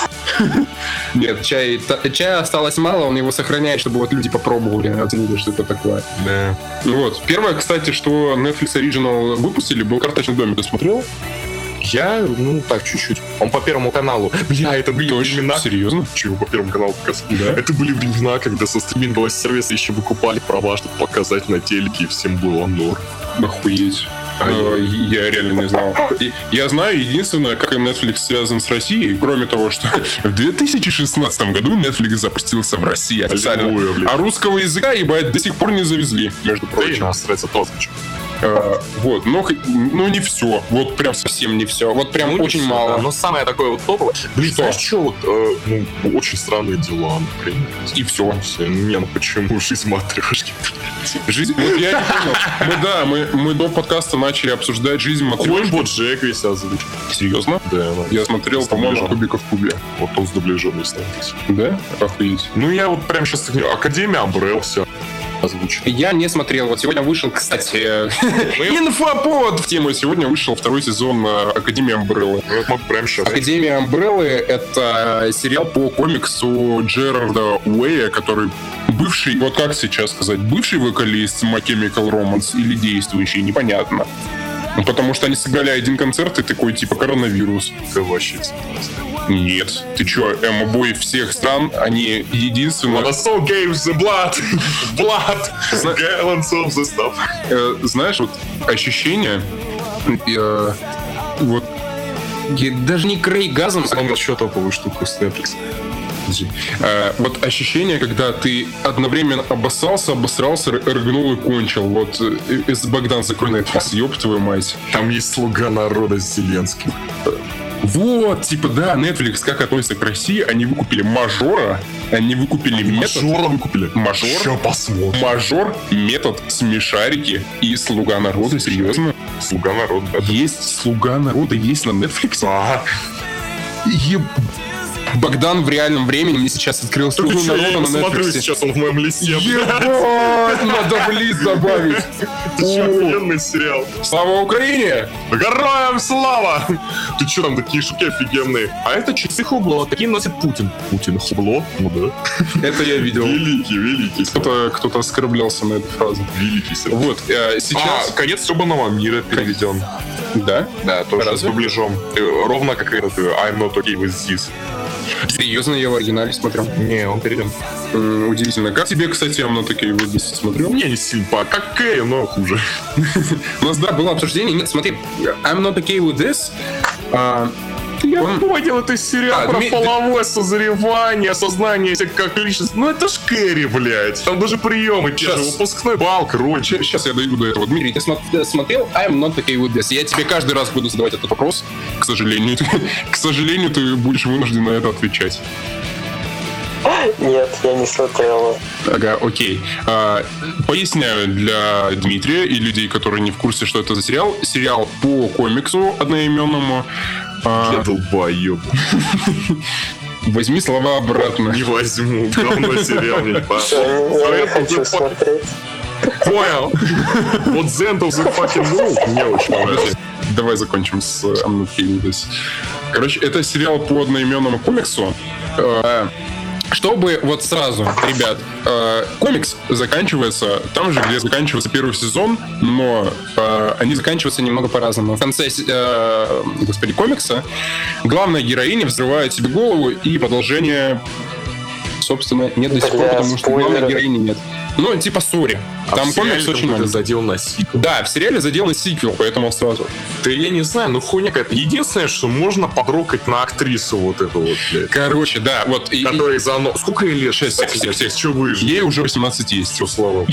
Нет, чай, та- чая осталось мало, он его сохраняет, чтобы вот люди попробовали, оценили, что это такое. Да. Ну вот. Первое, кстати, что Netflix Original выпустили, был «Карточный домик». Ты смотрел? Я, ну, так, чуть-чуть. Он по Первому каналу. Бля, это были времена... Серьезно? Чего по Первому каналу показывали? Да. Это были времена, когда со стримингового сервиса еще выкупали права, чтобы показать на телеке, и всем было норм. Охуеть. А Э, Я реально не знал. И Я знаю единственное, как Netflix связан с Россией, кроме того, что в две тысячи шестнадцатом году Netflix запустился в России официально. Аллилуйя, блин. А русского языка, ебать, до сих пор не завезли, между Да и прочим. нас это тоже ничего. Э, Вот, но, х- ну не все. Вот прям совсем. Совсем не все. Вот прям Ну, не очень всё, мало. да, но самое такое вот топовое. Блин, Что? знаешь, что вот, э, ну, очень странные дела, например. И все. Все. Не, ну почему жизнь матрешки? Жизнь. Вот я не понял. Мы, да, мы, мы до подкаста начали обсуждать жизнь Ой, матрешки. Боджек весь озвучен. Серьезно? Да, ну, Я смотрел, с по-моему, дубляжом. Кубиков в кубе. Вот он с дубляжом не становится. Да? Охуеть. Ну, я вот прям сейчас... Академия Амбрелл все озвучен. Я не смотрел. Вот сегодня вышел, кстати, э, Инфоповод в тему. Сегодня вышел второй сезон э, Академии Амбреллы. Ну, вот мы прям сейчас... Академия Амбреллы — это сериал по комиксу Джерарда Уэя, который бывший, вот как сейчас сказать, бывший вокалист My Chemical Romance или действующий, непонятно. Ну, потому что они сыграли один концерт и такой, типа, коронавирус. Это вообще... Нет. Ты чё, эмо-бой всех стран, они единственные... When the soul gave the blood, blood, gallons of the stuff. Э, знаешь, вот ощущение... Э, вот... Я даже не Крейгазм, Он еще топовую штуку с Netflix. Э, вот ощущение, когда ты одновременно обоссался, обосрался, р- рыгнул и кончил. Вот э, э, Богдан, закрой Netflix, ёб твою мать. Там есть слуга народа с Зеленским. Вот, типа, да, Netflix как относится к России, они выкупили Мажора, они выкупили Метод. Мажора выкупили. Мажор. Ща посмотрим. Мажор, Метод, Смешарики и Слуга народа, серьезно? Слуга народа. да. Есть Слуга народа, есть на Netflix. А, Еб... Богдан в реальном времени мне сейчас открыл только Слугу что я народа его на смотрю Netflix. сейчас, он в моем листе. Ебать, надо в лист добавить. Это что, офигенный сериал. Слава Украине! Героям слава! Ты что, там такие штуки офигенные? А это часы Хубло, такие носит Путин. Путин Хубло? Ну да. Это я видел. Великий, великий. Кто-то, кто-то оскорблялся на эту фразу. Великий сериал. Вот, э, А, сейчас... конец Стёбаного мира переведен. Да? Да, тоже Разве? с дубляжом. Э, Ровно как этот э, I'm not okay with this. Серьезно, я в оригинале смотрел. Не, он переведен. М, Удивительно. Как тебе, кстати, я на такие вот десять смотрел? Мне не сильно, по- как Кэрри, но хуже. У нас, да, было обсуждение. Нет, смотри, I'm not okay with this. А, Я он- понял, это сериал А, про Дми- половое созревание, осознание себя как личность. Ну это ж Кэрри, блядь. Там даже приемы те же, Щас. выпускной бал, короче. Сейчас я дойду до этого. Дмитрий, ты смо- смотрел I'm not okay with this? Я тебе каждый раз буду задавать этот вопрос. К сожалению, к сожалению, ты будешь вынужден на это отвечать. Нет, я не смотрел. Ага, окей. А, поясняю для Дмитрия и людей, которые не в курсе, что это за сериал. Сериал по комиксу одноименному. А, Я долбоёб. возьми слова обратно. Не возьму, говно сериал не Всё, я не хочу пошел. смотреть. Понял. Вот Zend of the fucking Moon мне очень понравился. Давай закончим с I'm not okay with this. Короче, это сериал по одноименному комиксу. Э, Чтобы вот сразу, ребят, э, комикс заканчивается там же, где заканчивается первый сезон, но э, они заканчиваются немного по-разному. В конце, э, господи, комикса главная героиня взрывает себе голову, и продолжение, собственно, нет до сих пор, Бля, потому что главной спойлеры. героини нет. Ну, типа, сори. А Там в сериале комикс очень какой-то маленький. задел на сиквел. Да, в сериале заделан сиквел, поэтому сразу. Да я не знаю, ну хуйня какая-то. Единственное, что можно подрокать на актрису вот эту вот, блядь. Короче, да, вот. и- и- Которая за но... Сколько ей лет? Шесть, кстати, всех, всех. Что выжил? Ей уже восемнадцать есть. Все, слава.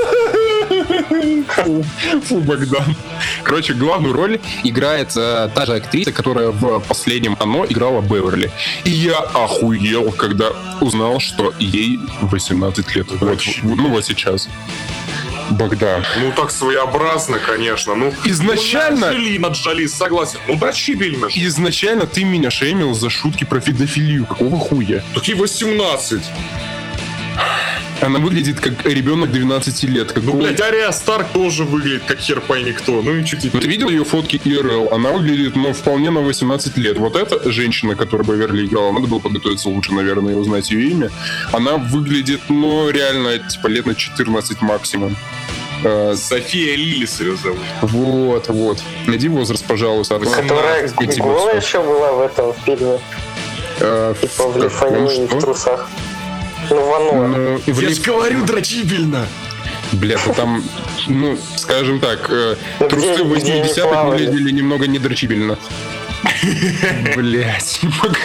Фу, фу, Богдан. Короче, главную роль играет э, та же актриса, которая в последнем «Оно» играла Беверли. И я охуел, когда узнал, что ей восемнадцать лет. Вот, ну вот сейчас. Богдан. Ну так своеобразно, конечно. Ну, Изначально- Ну, Анджелина Джоли, согласен. Ну дрочибельно же. Изначально ты меня шеймил за шутки про педофилию. Какого хуя? Такие восемнадцать. Она выглядит как ребенок двенадцати лет. Ну, Какого- блядь, Ария Старк тоже выглядит как хер пойми кто. Ну и что Ну, теперь? ты видел ее фотки ай ар эл? Она выглядит, ну, вполне на восемнадцать лет. Вот эта женщина, которая Беверли играла, надо было подготовиться лучше, наверное, и узнать ее имя. Она выглядит, ну, реально, типа, лет на четырнадцать максимум. Э, София Лилис ее зовут. Вот, вот. Найди возраст, пожалуйста. Которая Я тебе голая всё. еще была в этом фильме. Э, Типа в в каком, лифане и в что? трусах. Ну, в оно. Ну, и в Я лиф- же говорю, дрочибельно. Бля, то там, ну, скажем так, э, Ну, трусы где- где они восьмидесятых плавали? выглядели немного недрочибельно. Блять.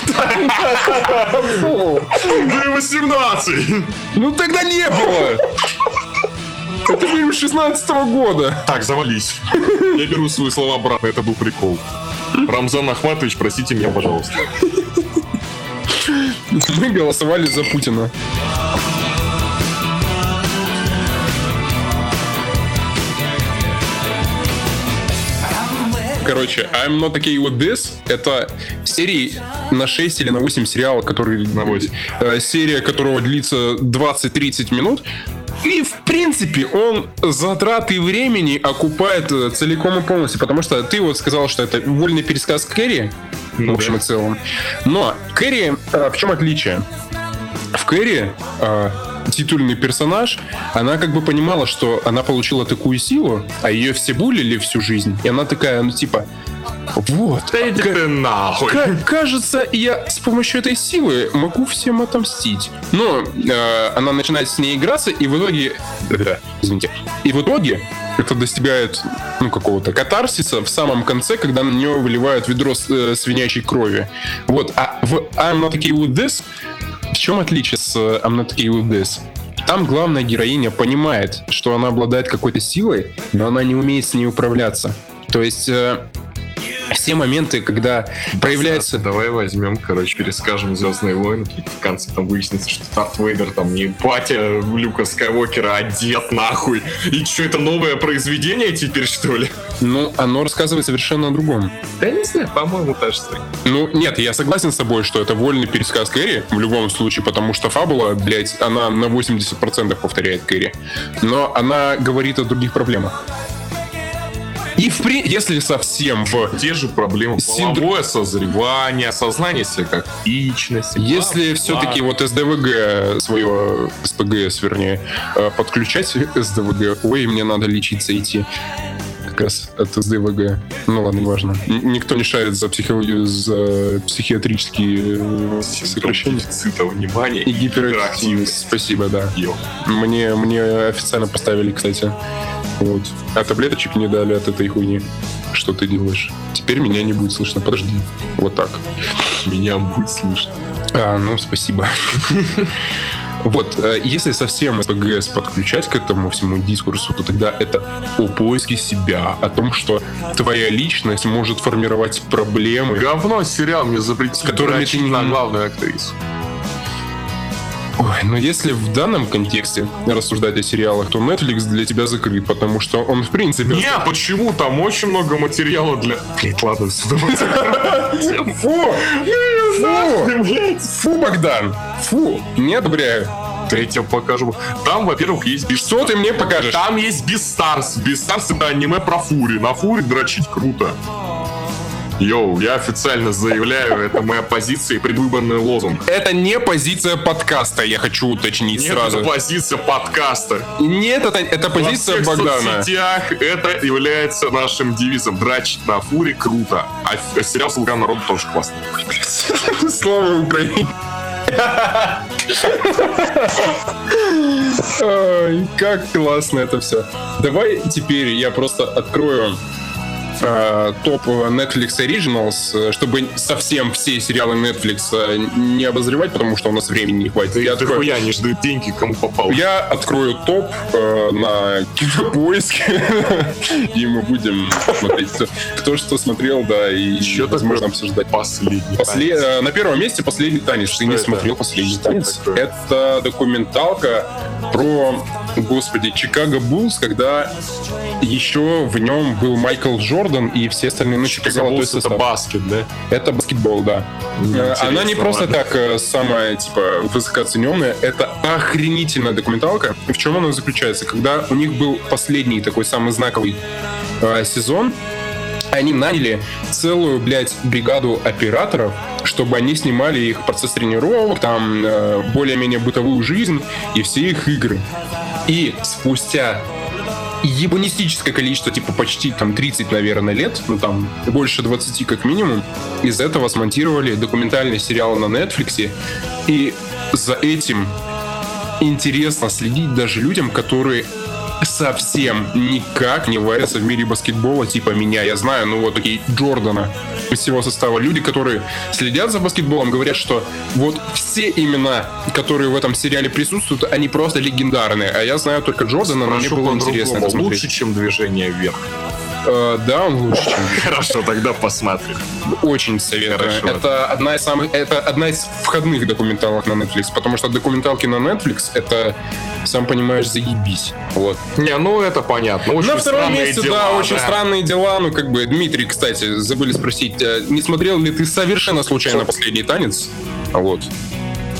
Да и восемнадцать. Ну тогда не было! Это фильм шестнадцатого года. Так, завались. Я беру свои слова обратно, это был прикол. Рамзан Ахматович, простите меня, пожалуйста. Мы голосовали за Путина. Короче, I'm not okay with this. Это серии на шесть или на восемь сериала, который... На восемь. э, серия которого длится двадцать-тридцать минут. И, в принципе, он затраты времени окупает э, целиком и полностью. Потому что ты вот сказал, что это вольный пересказ Кэрри. Ну в общем да. и целом. Но Кэрри... э, в чем отличие? В Кэрри... э, титульный персонаж, она как бы понимала, что она получила такую силу, а ее все булили всю жизнь. И она такая, ну типа, вот. Да иди ты нахуй. К- кажется, я с помощью этой силы могу всем отомстить. Но э, она начинает с ней играться, и в итоге... Да, извините. И в итоге это достигает, ну, какого-то катарсиса в самом конце, когда на нее выливают ведро с, э, свинячьей крови. Вот. А в I'm Not Okay With This в чем отличие с I'm Not Okay With This? Там главная героиня понимает, что она обладает какой-то силой, но она не умеет с ней управляться. То есть... Э, все моменты, когда проявляется... Давай возьмем, короче, перескажем «Звездные войны». В конце там выяснится, что Дарт Вейдер там не батя Люка Скайуокера, а дед нахуй. И что, это новое произведение теперь, что ли? Ну, оно рассказывает совершенно о другом. Да не знаю, по-моему, та же самая. Ну, нет, я согласен с тобой, что это вольный пересказ Кэрри в любом случае, потому что фабула, блядь, она на восемьдесят процентов повторяет Кэрри. Но она говорит о других проблемах. И в при... если совсем в... Те же проблемы. Синдр... Половое созревание, осознание себя как личности. Если да, все-таки да. вот эс дэ вэ гэ, свое эс пэ гэ эс, вернее, подключать эс дэ вэ гэ, ой, мне надо лечиться идти. Как раз от эс дэ вэ гэ. Ну ладно, неважно. Н- никто не шарит за, психи... за психиатрические сокращения. Дефицита внимания И гиперактивность. Спасибо, да. Йо. Мне, мне официально поставили, кстати. Вот. А таблеточек не дали от этой хуйни. Что ты делаешь? Теперь меня не будет слышно. Подожди. Вот так. Меня будет слышно. А, ну, спасибо. Вот, если совсем эс пэ гэ эс подключать к этому всему дискурсу, то тогда это о поиске себя, о том, что твоя личность может формировать проблемы. Говно сериал мне запретили, которыми ты не- на главную актрису. Ой, но если в данном контексте рассуждать о сериалах, то Netflix для тебя закрыт, потому что он, в принципе... Не, почему? Там очень много материала для... Блять, ладно, сюда. Фу! Фу! Фу, Богдан! Фу! Не одобряю. Я тебе покажу. Там, во-первых, есть Beastars. Что ты мне покажешь? Там есть Beastars. Beastars — это аниме про фури. На фури дрочить круто. Йоу, я официально заявляю, это моя позиция и предвыборный лозунг. Это не позиция подкаста, я хочу уточнить Нет, сразу. это позиция подкаста. Нет, это, это позиция Во всех Богдана. соцсетях это является нашим девизом. Драчить на фуре круто. А, а сериал «Слуга народа» тоже классный. Слава Украине. Ой, как классно это все. Давай теперь я просто открою э, топ Netflix Originals, чтобы совсем все сериалы Netflix не обозревать, потому что у нас времени не хватит. Да Я я открою, хуя не ждут деньги, кому попал. я открою топ э, на Кинопоиске, и мы будем смотреть, кто, кто что смотрел, да, и Чё возможно такое обсуждать. Последний. После- э, на первом месте «Последний танец». Ты не это? смотрел «Последний Что танец»? такое? Это документалка про, господи, Чикаго Буллс, когда еще в нем был Майкл Джордан и все остальные, ну, типа, Чикаго золотой Буллс — это состав. баскет, да? Это баскетбол, да. Э, Она не Интересно, просто ладно. так э, самая, типа, высокооцененная, это охренительная документалка. В чем она заключается? Когда у них был последний такой самый знаковый э, сезон, они наняли целую, блядь, бригаду операторов, чтобы они снимали их процесс тренировок, там, э, более-менее бытовую жизнь и все их игры. И спустя ебанистическое количество, типа почти там тридцать, наверное, лет, ну там больше двадцати как минимум, из этого смонтировали документальный сериал на Netflix, и за этим интересно следить даже людям, которые совсем никак не варятся в мире баскетбола, типа меня. Я знаю, ну вот такие Джордана из всего состава. Люди, которые следят за баскетболом, говорят, что вот все имена, которые в этом сериале присутствуют, они просто легендарные. А я знаю только Джордана, но мне Спрошу было интересно это по-другому. смотреть. Лучше, чем «Движение вверх». Э, да, он лучше, чем Хорошо, тогда посмотрим. очень советую. Хорошо. Это одна из самых, это одна из входных документалок на Netflix, потому что документалки на Netflix это, сам понимаешь, заебись. Вот. Не, ну это понятно. Очень На втором странные месте, дела, да, очень странные дела. Ну, как бы, Дмитрий, кстати, забыли спросить, а не смотрел ли ты совершенно случайно «Последний танец»? Вот.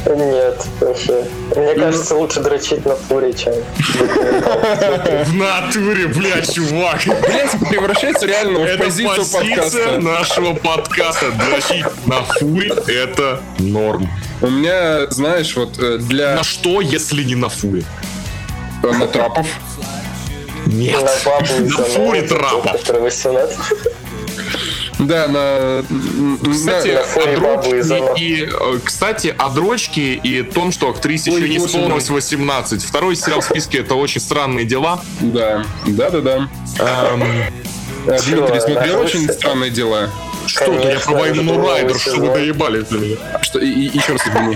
Нет, вообще. Мне кажется, лучше дрочить на фуре, чем... В натуре, блядь, чувак. Блять, превращается реально в Это позицию позиция подкаста. нашего подкаста. Дрочить на фуре — это норм. У меня, знаешь, вот э, для... На что, если не на фуре? э, На трапов. Нет. На бабу из На фуре трапов. который восемнадцать. Да, на... Кстати, на фоне бабы из о «Оно». дрочке и, э, кстати, о дрочке и том, что актрисе Ой, еще не боже исполнилось мой. восемнадцать. Второй сериал в списке — это «Очень странные дела». Да, да-да-да. Эм, Э, Дмитрий Чё, смотрел нравится? «Очень странные дела». Что ты, я Конечно, про это Вайнону новый Райдер, что вы сезон. доебали для меня? Что, и, и- еще раз извини.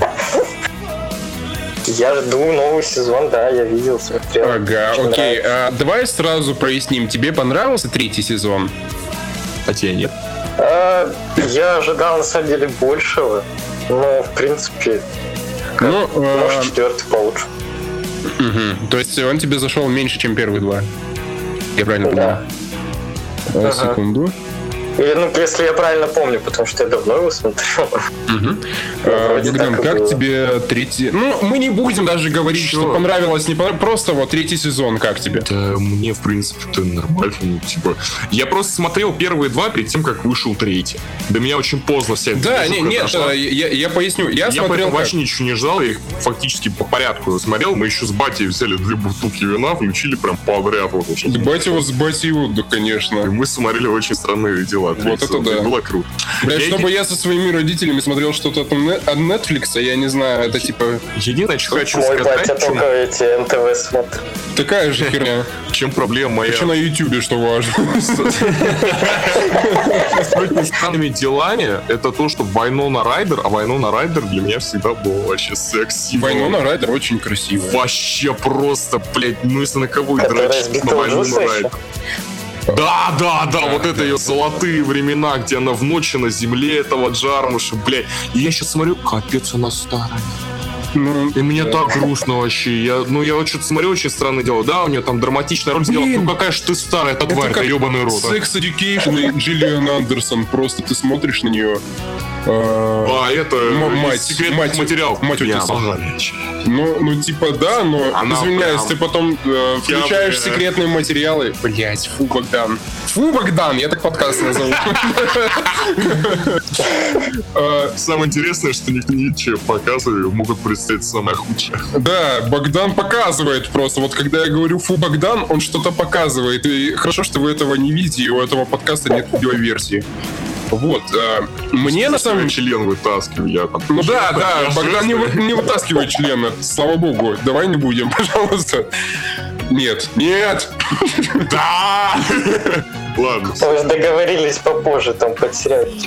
Я жду новый сезон, да, я видел, смотрел. Ага, Очень окей. нравится. А, давай сразу проясним. Тебе понравился третий сезон? А тебе нет? А, я ожидал, на самом деле, большего. Но, в принципе, Ну, э, может, четвертый получше. мгм. То есть он тебе зашел меньше, чем первые два? Я правильно понимаю? Да. Э, Ага. Секунду. Или, ну, если я правильно помню, потому что я давно его смотрел. Мгм. Ну, Э, вроде Богдан, так и как было. тебе третий... Ну, мы не будем даже говорить, Чё? что понравилось, не понравилось. Просто вот третий сезон, как тебе? Да мне, в принципе-то, нормально. Ну, типа, я просто смотрел первые два перед тем, как вышел третий. До меня очень поздно вся эта Да, не, движуха нет, дошла. э, я, я поясню. Я, Я смотрел поэтому как. вообще ничего не ждал, я их фактически по порядку смотрел. Мы еще с батей взяли две бутылки вина, включили прям подряд. Вот, Да батя его с батей, вот, да, и конечно. мы смотрели «Очень странные дела». Вот это да. Было круто. Блядь, Я чтобы еди- я со своими родителями смотрел что-то от Не- от Netflix, я не знаю, это типа Единственное, что хочу Мой сказать, батя в чем, только эти эн тэ вэ смотрит. такая же херня. в чем проблема моя Еще на Ютубе, что важно. с «Очень странными делами», это то, что Вайнона Райдер, а Вайнона Райдер для меня всегда был вообще секси. Вайнона Райдер очень красивая. Вообще просто, блядь, ну если на кого и Которая дрочить, с на Вайнону Битлджуса Райдер. Да, да, да, вот это ее золотые времена, где она в ночи на земле этого Джармуша, блядь. И я сейчас смотрю, капец, она старая. Ну, И мне так грустно вообще. Я, ну, я вот что-то смотрю, «Очень странное дело». Да, у нее там драматичная роль сделала. Блин. Ну, какая же ты старая, это это тварь, как ты ебаный рот. а. Sex Education и Джиллиан Андерсон. Просто ты смотришь на нее. э, А, это М- из мать, секретных мать, материалов. мать Я Отиса. обожаю. Ну, ну, типа, да, но, Она извиняюсь, прям- ты потом э, включаешь бля. секретные материалы. Блять, фу, Богдан. Фу, Богдан, я так подкаст назову. Э, Самое интересное, что никто ничего показывают, могут представить самое худшее. Да, Богдан показывает просто. Вот когда я говорю «фу, Богдан», он что-то показывает. И хорошо, что вы этого не видите, и у этого подкаста нет видеоверсии. Вот. э, Мне на самом деле... член вытаскиваю, я там... Ну да, да, Богдан не, вы- не вытаскивает члена. Слава богу. Давай не будем, пожалуйста. Нет. Нет! Да! Ладно, Мы же договорились попозже там подсерять.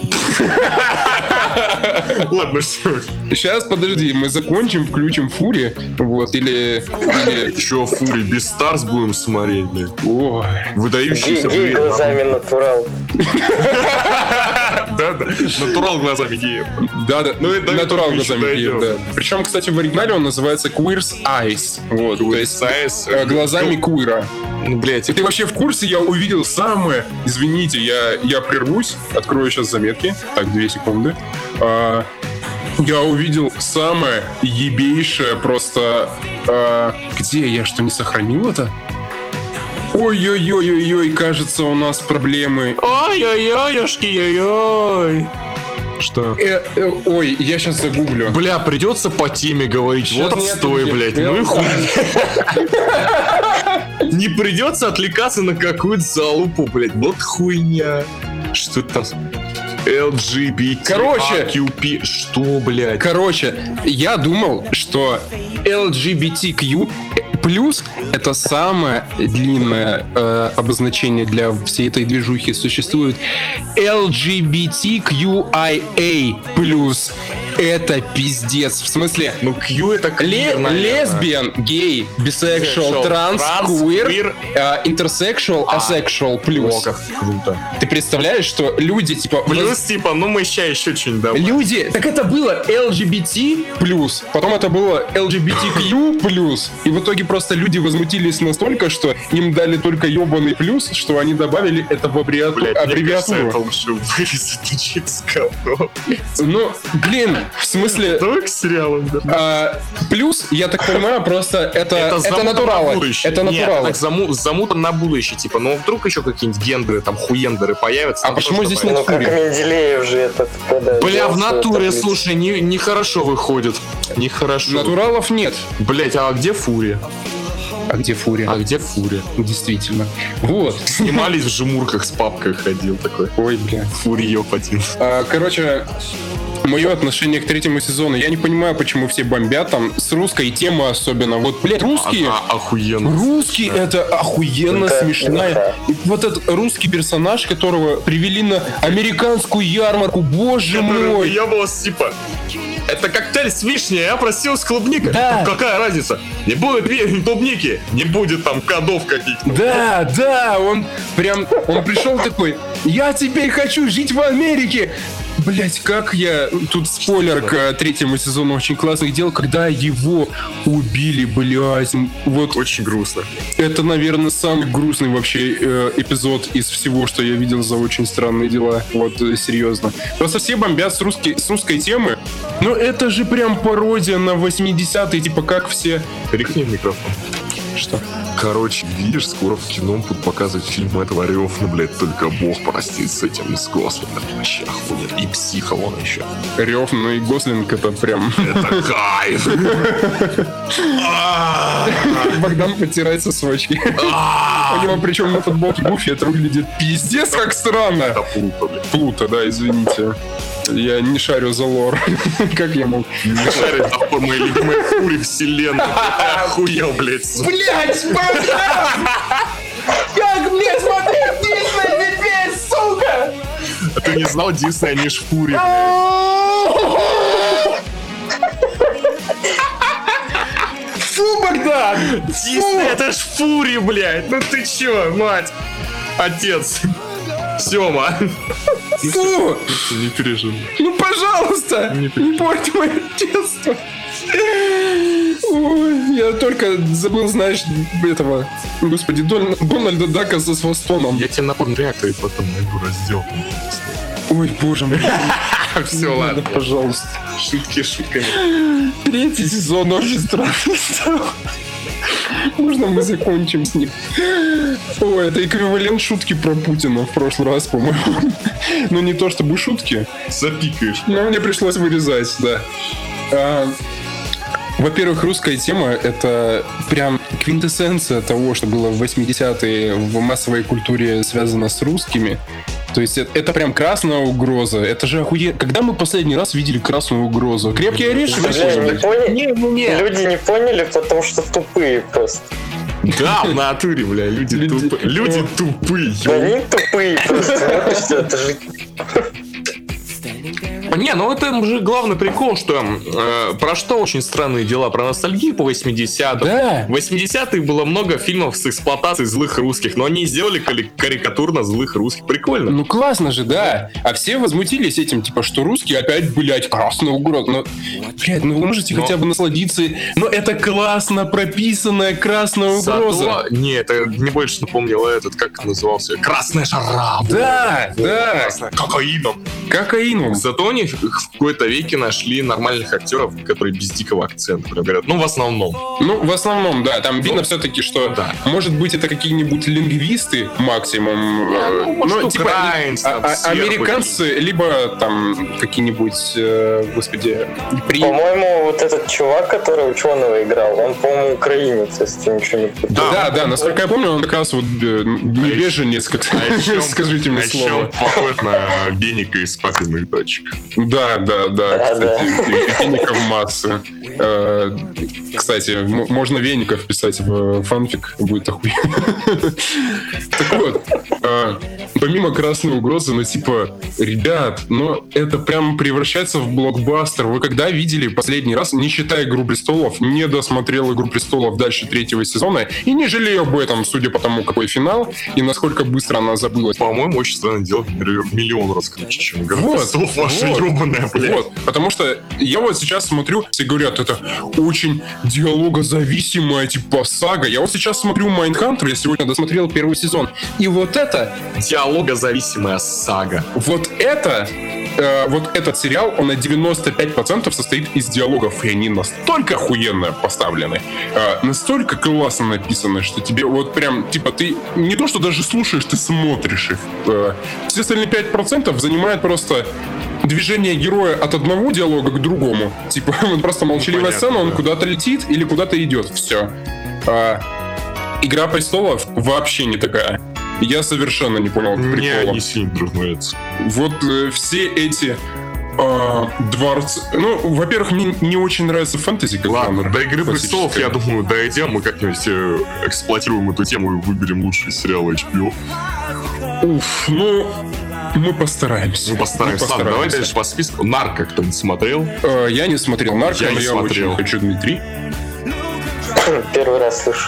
ладно, все. Сейчас, подожди, мы закончим, включим Фури. Вот, или... или... Еще Фури без Старс будем смотреть, блядь. Ой. Выдающийся Гей блин. глазами натурал. Да, да. Натурал глазами геев. Да, да, Ну, это натурал мы еще глазами дойдем. геев, да. Причем, кстати, в оригинале он называется Queer's Eyes. Вот, то есть Сайз. э, глазами куира. Ну, блядь, И ты вообще в курсе, я увидел самое... Извините, я, я прервусь, открою сейчас заметки. Так, две секунды. А, я увидел самое ебейшее просто... а, где? Я что, не сохранил это? Ой-ой-ой-ой-ой, кажется, у нас проблемы. Ой-ой-ой-ой-ой. Что? Э, э, ой, я сейчас загуглю. Бля, придется по теме говорить. Сейчас Вот нет, отстой, нет, блядь. нет. Ну и хуй. Не придется отвлекаться на какую-то залупу, блядь. Вот хуйня. Что это там? эл джи би ти Короче. эй кью пи. Что, блядь? Короче, я думал, что эл джи би ти кью плюс это самое длинное э, обозначение для всей этой движухи. Существует эл джи би ти кью ай эй плюс. Это пиздец. В смысле, Ну, Q это ле- queer, наверное. лесбиян, гей, бисексуал, Sexual, транс, транс, квир, queer. э, интерсексуал, А. асексуал О, плюс. как круто. Ты представляешь, что люди типа Плюс, типа, ну мы ща еще что-нибудь добавим. Люди, так это было эл джи би ти плюс, потом это было эл джи би ти кью плюс, и в итоге просто люди возмутились настолько, что им дали только ебаный плюс, что они добавили это в аббревиату- Блядь, мне кажется, аббревиатуру. это лучше вырезать, чем с говном. Ну, блин, В смысле... Давай к сериалам, да. А, плюс, я так понимаю, просто это, это, это натуралы. Это натуралы. Нет, заму, замутан на будущее, типа, ну вдруг еще какие-нибудь гендеры, там, хуендеры появятся. А почему здесь нет Ну, как Фури? Менделеев же этот... когда Бля, в делал натуре, свою слушай, не, нехорошо выходит. Нехорошо. Натуралов нет. Блять, а где Фури? А где Фури? А где Фури? Действительно. Вот. Снимались в жмурках с папкой, ходил такой. Ой, бля. Фурьёв один. А, короче, мое отношение к третьему сезону. Я не понимаю, почему все бомбят там с русской темой особенно. Вот, блядь, русские... А, а, охуенно. Русский это охуенно Да, смешная. да. И вот этот русский персонаж, которого привели на американскую ярмарку, боже мой. Я был типа... Это коктейль с вишней, я просил с клубникой. Да. Какая разница? Не будет ви- клубники, не будет там кодов каких-то. Да, да, он прям, он пришел такой, я теперь хочу жить в Америке. Блять, как я... Тут спойлер к э, третьему сезону очень классных дел, когда его убили, блять. Вот Очень грустно. это, наверное, самый грустный вообще э, эпизод из всего, что я видел за «Очень странные дела». Вот, э, серьезно. Просто все бомбят с, русской, с русской темы. Но это же прям пародия на восьмидесятые, типа как все... Перекни в микрофон. Что? Короче, видишь, скоро в кино будут показывать фильм этого Рёфна, блядь, только бог простит с этим, с Гослингом. Вообще охуенно. И психом он еще. Рев, ну и Гослинг это прям... Это кайф. Богдан потирает сосочки. У него причем на футболке Гуфи это выглядит пиздец как странно. Это Плуто, блядь. Плуто, да, извините. Я не шарю за лор. Как я мог? Не шарит за моей любимой Фури вселенной. Охуел, блядь. Блять, Богдан! Как мне смотреть Дисней теперь, сука? А ты не знал, Дисней, они ж Фури, блядь. Фу, Богдан! Дисней, это ж Фури, блядь. Ну ты чё, мать? Отец. Сёма. Фу! Не переживай. Ну, пожалуйста! Не Не порть мое детство! Ой, я только забыл, знаешь, этого, господи, Дон- Дональда Дака со свастоном. Я тебе на порн-реакторе потом найду раздел. Ой, боже мой. Все, Не ладно. надо, пожалуйста. Шутки шутками. Третий сезон очень странный стал. Можно мы закончим с ним? Ой, это эквивалент шутки про Путина в прошлый раз, по-моему. Ну, не то чтобы шутки, Запикаешь. но мне пришлось вырезать, да. А, во-первых, русская тема — это прям квинтэссенция того, что было в восьмидесятые в массовой культуре связано с русскими. То есть это, это прям красная угроза. Это же охуенно. Когда мы последний раз видели красную угрозу? Крепкий орешек? Бля, не поняли? Люди не поняли, потому что тупые просто. Да, в натуре, бля, люди Люди- тупые. Люди тупые. Да они тупые просто. Ну, что это же... Не, ну это же главный прикол, что э, про что очень странные дела, про ностальгию по восьмидесятым. Да. В восьмидесятых было много фильмов с эксплуатацией злых русских, но они сделали кали- карикатурно злых русских. Прикольно. Ну классно же, да. А все возмутились этим, типа, что русские опять, блядь, красная угроза. Ну, блядь, ну вы можете Но- хотя бы насладиться. Но это классно прописанная красная угроза. Зато... Не, это мне больше напомнило этот, как это назывался? Красная жара. Да, да. Красная. Кокаином. Кокаином. Зато они в какой-то веке нашли нормальных актеров, которые без дикого акцента прям говорят. Ну, в основном. Ну, в основном, да. Там видно Ну, все-таки, что, да. может быть, это какие-нибудь лингвисты максимум. Ну, может, Ну, типа, украинцы, а- там, а- сербы американцы, либо там какие-нибудь, э, господи, при... По-моему, вот этот чувак, который ученого играл, он, по-моему, украинец, если ничего не путаю. Да, да, насколько я помню, он как раз вот э, не беженец, как А еще- скажите мне а еще слово. он похож на Геника из папиных дочек. Да, да, да, Да, кстати, веников масса. Э, Кстати, м- можно веников писать в фанфик, будет охуенно. Так вот, э, помимо красной угрозы, ну типа, ребят, ну это прям превращается в блокбастер. Вы когда видели последний раз, не считая «Игру престолов», не досмотрел «Игру престолов» дальше третьего сезона и не жалею об этом, судя по тому, какой финал и насколько быстро она забылась. По-моему, очень странно делать миллион раз круче, чем «Игра Вот, престолов», ваша вот, ёбаная, блядь. Вот, потому что я вот сейчас смотрю, все говорят, это очень диалогозависимая типа сага. Я вот сейчас смотрю «Майндхантер», я сегодня досмотрел первый сезон. И вот это, Диалогозависимая сага. вот это э, вот этот сериал, он на девяносто пять процентов состоит из диалогов, и они настолько охуенно поставлены, э, настолько классно написаны, что тебе вот прям, типа, ты не то, что даже слушаешь, ты смотришь их. Э, все остальные пять процентов занимает просто движение героя от одного диалога к другому. Типа, он просто молчаливая Понятно, сцена, он да. куда-то летит или куда-то идет. Все. А, Игра престолов вообще не такая. Я совершенно не понял Мне прикола. не сильно нравится. Вот э, все эти э, дворцы... Ну, во-первых, мне не очень нравится фэнтези как Ладно, жанр. до «Игры престолов», классическая. я думаю, дойдем, мы как-нибудь э, эксплуатируем эту тему и выберем лучшие сериалы эйч би о. Уф, ну... Мы постараемся. Мы постараемся. Мы Ладно, давай постараемся. дальше по списку. «Нарко» кто-нибудь смотрел? Э, я не смотрел «Нарко», Я но не я смотрел. очень хочу, Дмитрий. Первый раз слышу.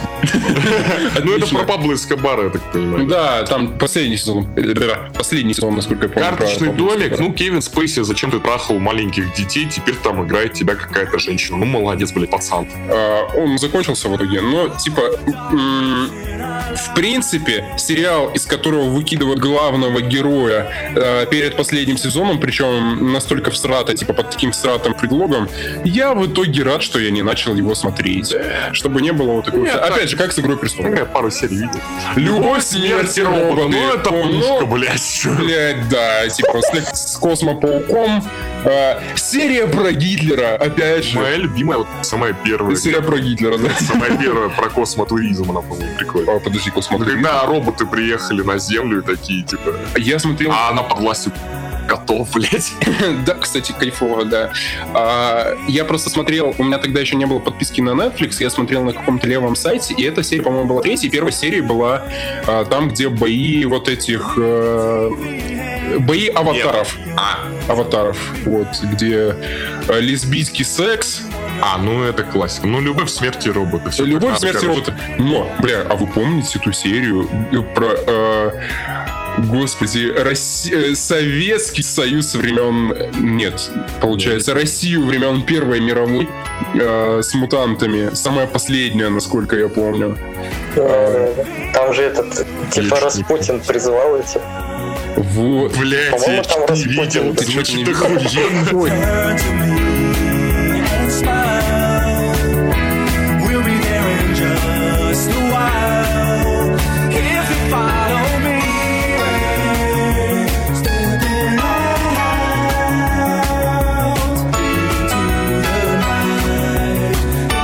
Ну, это про Пабло Эскобара, я так понимаю. Да, там последний сезон. э, Последний сезон, насколько я помню. Карточный про Пабло домик, Эскобара. ну, Кевин Спейси, зачем ты трахал маленьких детей, теперь там играет тебя какая-то женщина. Ну, молодец, блядь, пацан. А, он закончился в итоге, но, типа, м- в принципе, сериал, из которого выкидывают главного героя э, перед последним сезоном, причем настолько всрато, типа, под таким всратым предлогом, я в итоге рад, что я не начал его смотреть. Чтобы не было вот такого... Нет, Опять так- же, как с «Игрой престолов». Я пару серий видел. Любовь, смерть и роботы. Ну, это Ну, пушка, блядь. Блядь, да, типа, с, с Космопауком. Э, серия про Гитлера, опять же. Моя любимая, вот самая первая. Серия про Гитлера, да. Самая первая про космотуризм, она, по-моему, прикольная. О, подожди, Ну, Космопауком. когда роботы приехали на Землю и такие, типа... Я смотрел... А она под властью котов, блядь. Да, кстати, кайфово, да. А, я просто смотрел, у меня тогда еще не было подписки на Netflix, я смотрел на каком-то левом сайте, и эта серия, по-моему, была третья. Первая серия была а, там, где бои вот этих... э, бои аватаров. А, Аватаров. Вот, где э, лесбийский секс, а, ну это классика. Ну, любовь, смерть и роботы. Всё любовь, так, смерть и короче. роботы. Но, бля, а вы помните эту серию про... э, Господи, Росси- э, Советский Союз времен... Нет, получается, Россию времен Первой мировой э, с мутантами. Самая последняя, насколько я помню. Э, Там же этот, типа, Лишний. Распутин призывал эти. Вот. Блядь, По-моему, я там не Распутин. видел. Ты чё-то не Звучит видел? охуенно. Ой, Turn to me and smile. We'll be there in just a while. If you follow me, step it out into the night,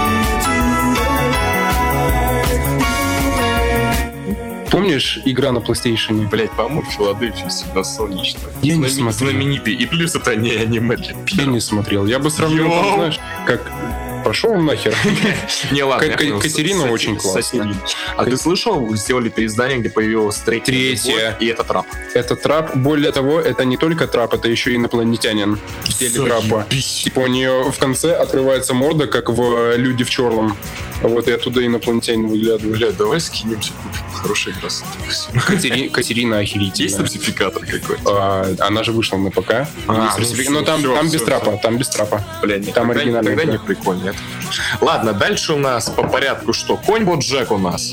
into the light. помнишь игра на PlayStation? Блять, по-моему, в Филадельфии всегда солнечно. Я не Знамени- смотрел. Знаменитый. И плюс это не аниме для Я пидоров. не смотрел. Я бы сравнил, там, Йоу. знаешь, как... Пошел он нахер. Не, ладно, Как- я понял. Катерина С- с- очень с- классная. Катерина. А ты слышал, сделали переиздание, где появилась третья? Третья. любовь, И это трап. Это трап. Более того, это не только трап, это еще и инопланетянин в теле трапа. Заебись. Типа у нее в конце открывается морда, как в «Люди в черном». Вот и оттуда инопланетянин выглядывает. Блядь, давай скинемся, купим. Хорошая игра. Катери- Катерина Есть охерительная. сертификатор какой-то? А, она же вышла на ПК. А, Есть ну сертификат. всё, Но там, всё, там всё, без всё. трапа, там без трапа. Бля, нет, Там тогда, оригинальная тогда игра. не прикольно, нет. Ладно, дальше у нас по порядку что? Конь Боджек у нас.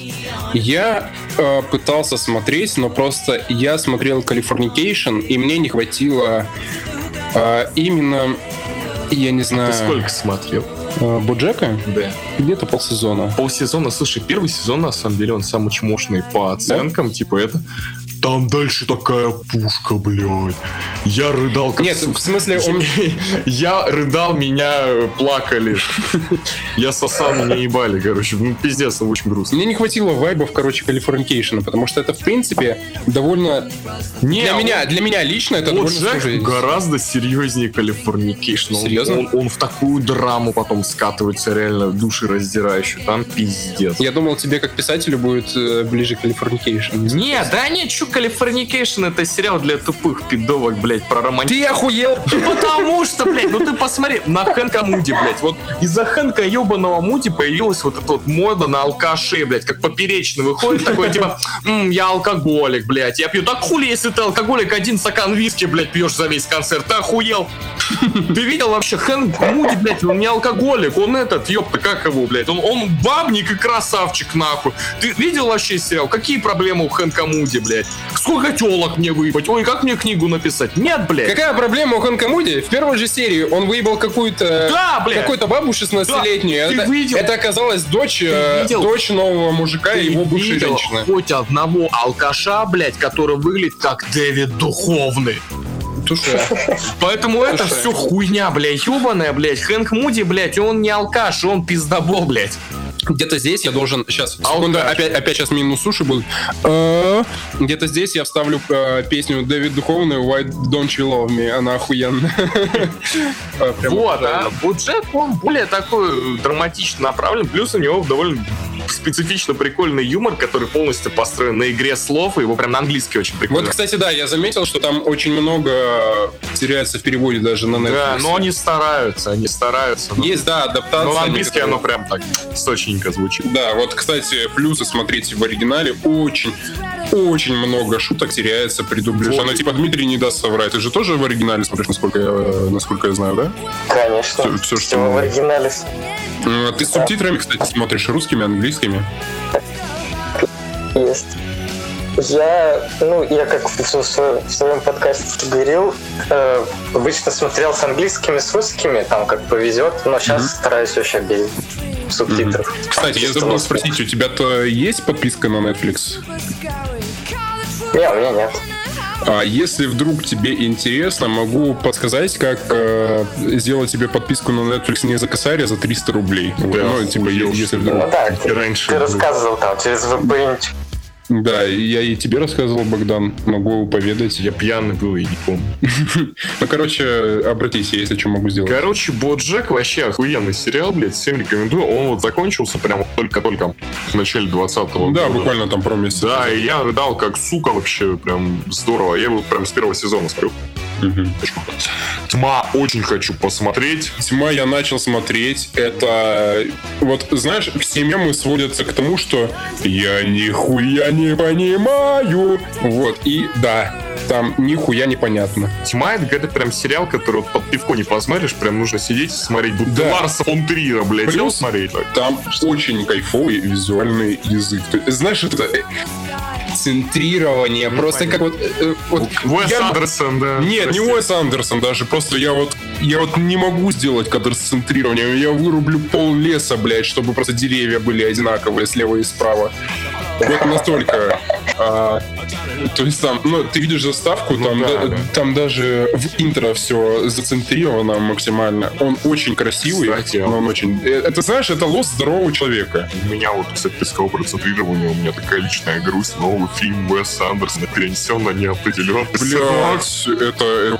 Я э, пытался смотреть, но просто я смотрел Californication, и мне не хватило э, именно, я не знаю, Ты сколько смотрел? э, Боджека? Да. Где-то полсезона. Полсезона, слушай, первый сезон, на самом деле, он самый чмошный по оценкам, типа это... Там дальше такая пушка, блядь. Я рыдал как... Нет, сука. в смысле, он... Я рыдал, меня э, плакали. Я сосал, меня ебали, короче. Ну, пиздец, ну, очень грустно. Мне не хватило вайбов, короче, Californication, потому что это, в принципе, довольно... Не, Для он- меня, для меня лично это довольно Боджек сложно. гораздо серьезнее Californication. Он- Серьезно? Он, он в такую драму потом скатывается, реально душераздирающую. Там пиздец. Я думал, тебе как писателю будет э, ближе Californication. Не, да не, чё, Californication это сериал для тупых пидовок, блядь, про романтику. Ты охуел? Потому что, блядь, ну ты посмотри, на Хэнка Муди, блядь, вот из-за Хэнка ебаного Муди появилась вот эта вот мода на алкашей, блядь, как поперечный выходит такой, типа, «М, я алкоголик, блядь, я пью». Так хули, если ты алкоголик, один стакан виски, блядь, пьешь за весь концерт, ты охуел? Ты видел вообще, Хэнк Муди, блядь, он не алкоголик, он этот, ёпта, как его, блядь, он, он бабник и красавчик, нахуй. Ты видел вообще сериал? Какие проблемы у Хэнка Муди, блядь? Сколько телок мне выебать? Ой, как мне книгу написать? Нет, блядь. Какая проблема у Хэнка Муди? В первой же серии он выебал какую-то Да, блядь. какую-то бабу шестнадцатилетнюю. Да, ты это, видел? это оказалась дочь, э, видел? дочь нового мужика Ты и его бывшей видел женщины. хоть одного алкаша, блядь, который выглядит как Дэвид Духовный? Туше. Поэтому это Слушай. все хуйня, блядь, ебаная, блядь. Хэнк Муди, блядь, он не алкаш, он пиздобол, блядь. Где-то здесь я должен... Сейчас, А секунду, алкаш. опять, опять сейчас минус суши будут. А, Где-то здесь я вставлю э, песню Дэвид Духовный «Why don't you love me?» Она охуенная. А, прям Вот, правильно. а вот Джек, он более такой драматично направлен, плюс у него довольно специфично прикольный юмор, который полностью построен на игре слов, и его прям на английский очень прикольно. Вот, кстати, да, я заметил, что там очень много теряется в переводе даже на Netflix. Да, но они стараются, они стараются. но- Есть, да, адаптация. Но английский некоторые. оно прям так сочненько звучит. Да, вот, кстати, плюсы смотреть в оригинале. Очень, очень много шуток теряется при дубляже. Вот. Она типа Дмитрий не даст соврать. Ты же тоже в оригинале смотришь, насколько я, э, насколько я знаю, да? Конечно. Всё- всё, что Всё надо. в оригинале. Э, Ты с субтитрами, кстати, смотришь русскими, английскими. Есть. Я, ну, я как в, в своем- в своем подкасте говорил, э, обычно смотрел с английскими, с русскими, там как повезет, но сейчас стараюсь вообще без субтитров. Кстати, я забыл спросить, у тебя-то есть подписка на Netflix? Не, у меня нет. А если вдруг тебе интересно, могу подсказать, как э, сделать тебе подписку на Netflix не за косарь, а за триста рублей. Вот, ну, типа, е- если вдруг... Ну да, И ты, раньше ты был. рассказывал там через ви пи эн. Да, я и тебе рассказывал, Богдан, могу поведать. Я пьяный был и не помню. Ну, короче, обратись, я если что могу сделать. Короче, Боджек вообще охуенный сериал, блядь, всем рекомендую. Он вот закончился прям только-только в начале двадцатого года. Да, буквально там про месяц. Да, и я рыдал как сука вообще, прям здорово. Я его прям с первого сезона смотрю. Мгм. Тьма очень хочу посмотреть. Тьма я начал смотреть. Это... Вот, знаешь, все мемы сводятся к тому, что я нихуя не понимаю. Вот, и да, там нихуя непонятно. Тьма — это какой-то прям сериал, который вот под пивко не посмотришь, прям нужно сидеть и смотреть. Будто Да. Ларса фон Триера, блядь, Плюс сел смотреть. Там очень кайфовый визуальный язык. То есть, знаешь, это э, центрирование, просто как вот... э, вот Уэс я- Андерсон, да. Нет, не Прости. Уэс Андерсон даже, просто я вот я вот не могу сделать кадр с центрированием, я вырублю пол леса, блядь, чтобы просто деревья были одинаковые слева и справа. Вот настолько. А, то есть там, ну, ты видишь заставку, там, да, да- да. там даже в интро все зацентрировано максимально. Он очень красивый, Кстати, но он очень... э, Это, знаешь, это лос здорового человека. У меня вот, кстати, ты сказал про центрирование, у меня такая личная грусть. Новый фильм Уэса Андерсона перенесен на неопределенный срок. Блядь, это...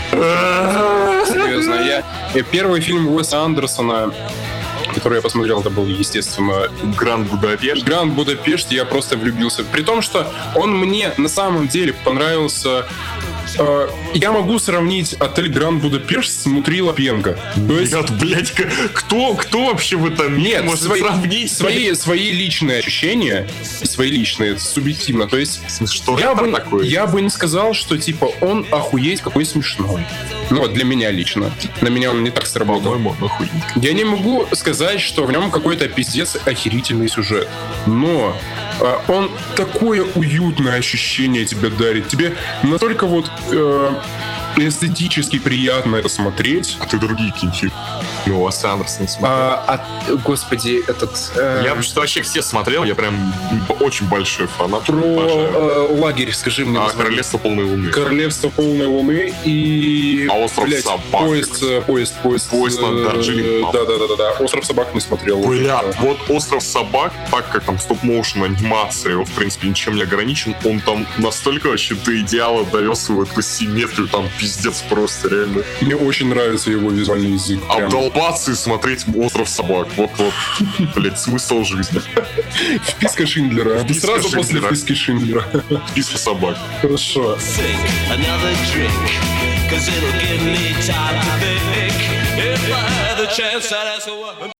Серьезно, я... э, Первый фильм Уэса Андерсона, который я посмотрел, это был, естественно, Гранд Будапешт. Гранд Будапешт, я просто влюбился. При том, что он мне на самом деле понравился... э, я могу сравнить отель Гранд Будапешт с Внутри Лапенко. То есть... Нет, блядь, к- кто, кто вообще в этом мире Нет, может свои, сравнить? свои, свои личные ощущения, свои личные, это субъективно. То есть В смысле, что я это бы, такое? я бы не сказал, что типа он охуеть какой смешной. Ну вот для меня лично. На меня он не так сработал. По-моему, он охуенный. Я не могу сказать, что в нем какой-то пиздец охерительный сюжет. Но а, он такое уютное ощущение тебе дарит. Тебе настолько вот э, эстетически приятно это смотреть. А ты другие кинчи. Ну, Уэс Андерсон смотрел. А, а, господи, этот... э, Я что вообще все смотрел, я прям очень большой фанат. про Обожаю. э, лагерь, скажи мне. А, название. Королевство полной луны. Королевство полной луны и... А остров блядь, собак. Поезд, э, поезд, поезд. Поезд над э, Дарджилингом. Да, да, да, да, да. Остров собак не смотрел. Бля, Э, вот остров собак, так как там стоп-моушен анимация, его, в принципе, ничем не ограничен, он там настолько вообще до идеала довез его эту симметрию, там пиздец просто, реально. Мне очень нравится его визуальный язык. прям. Обдолбаться и смотреть остров собак. Вот-вот, блять, смысл жизни. Вписка Шиндлера. Вписка Сразу после Шиндлера. вписки Шиндлера. Список собак. Хорошо. Sink another drink, cause it'll give me time to think. If I had the chance, I'd ask a woman.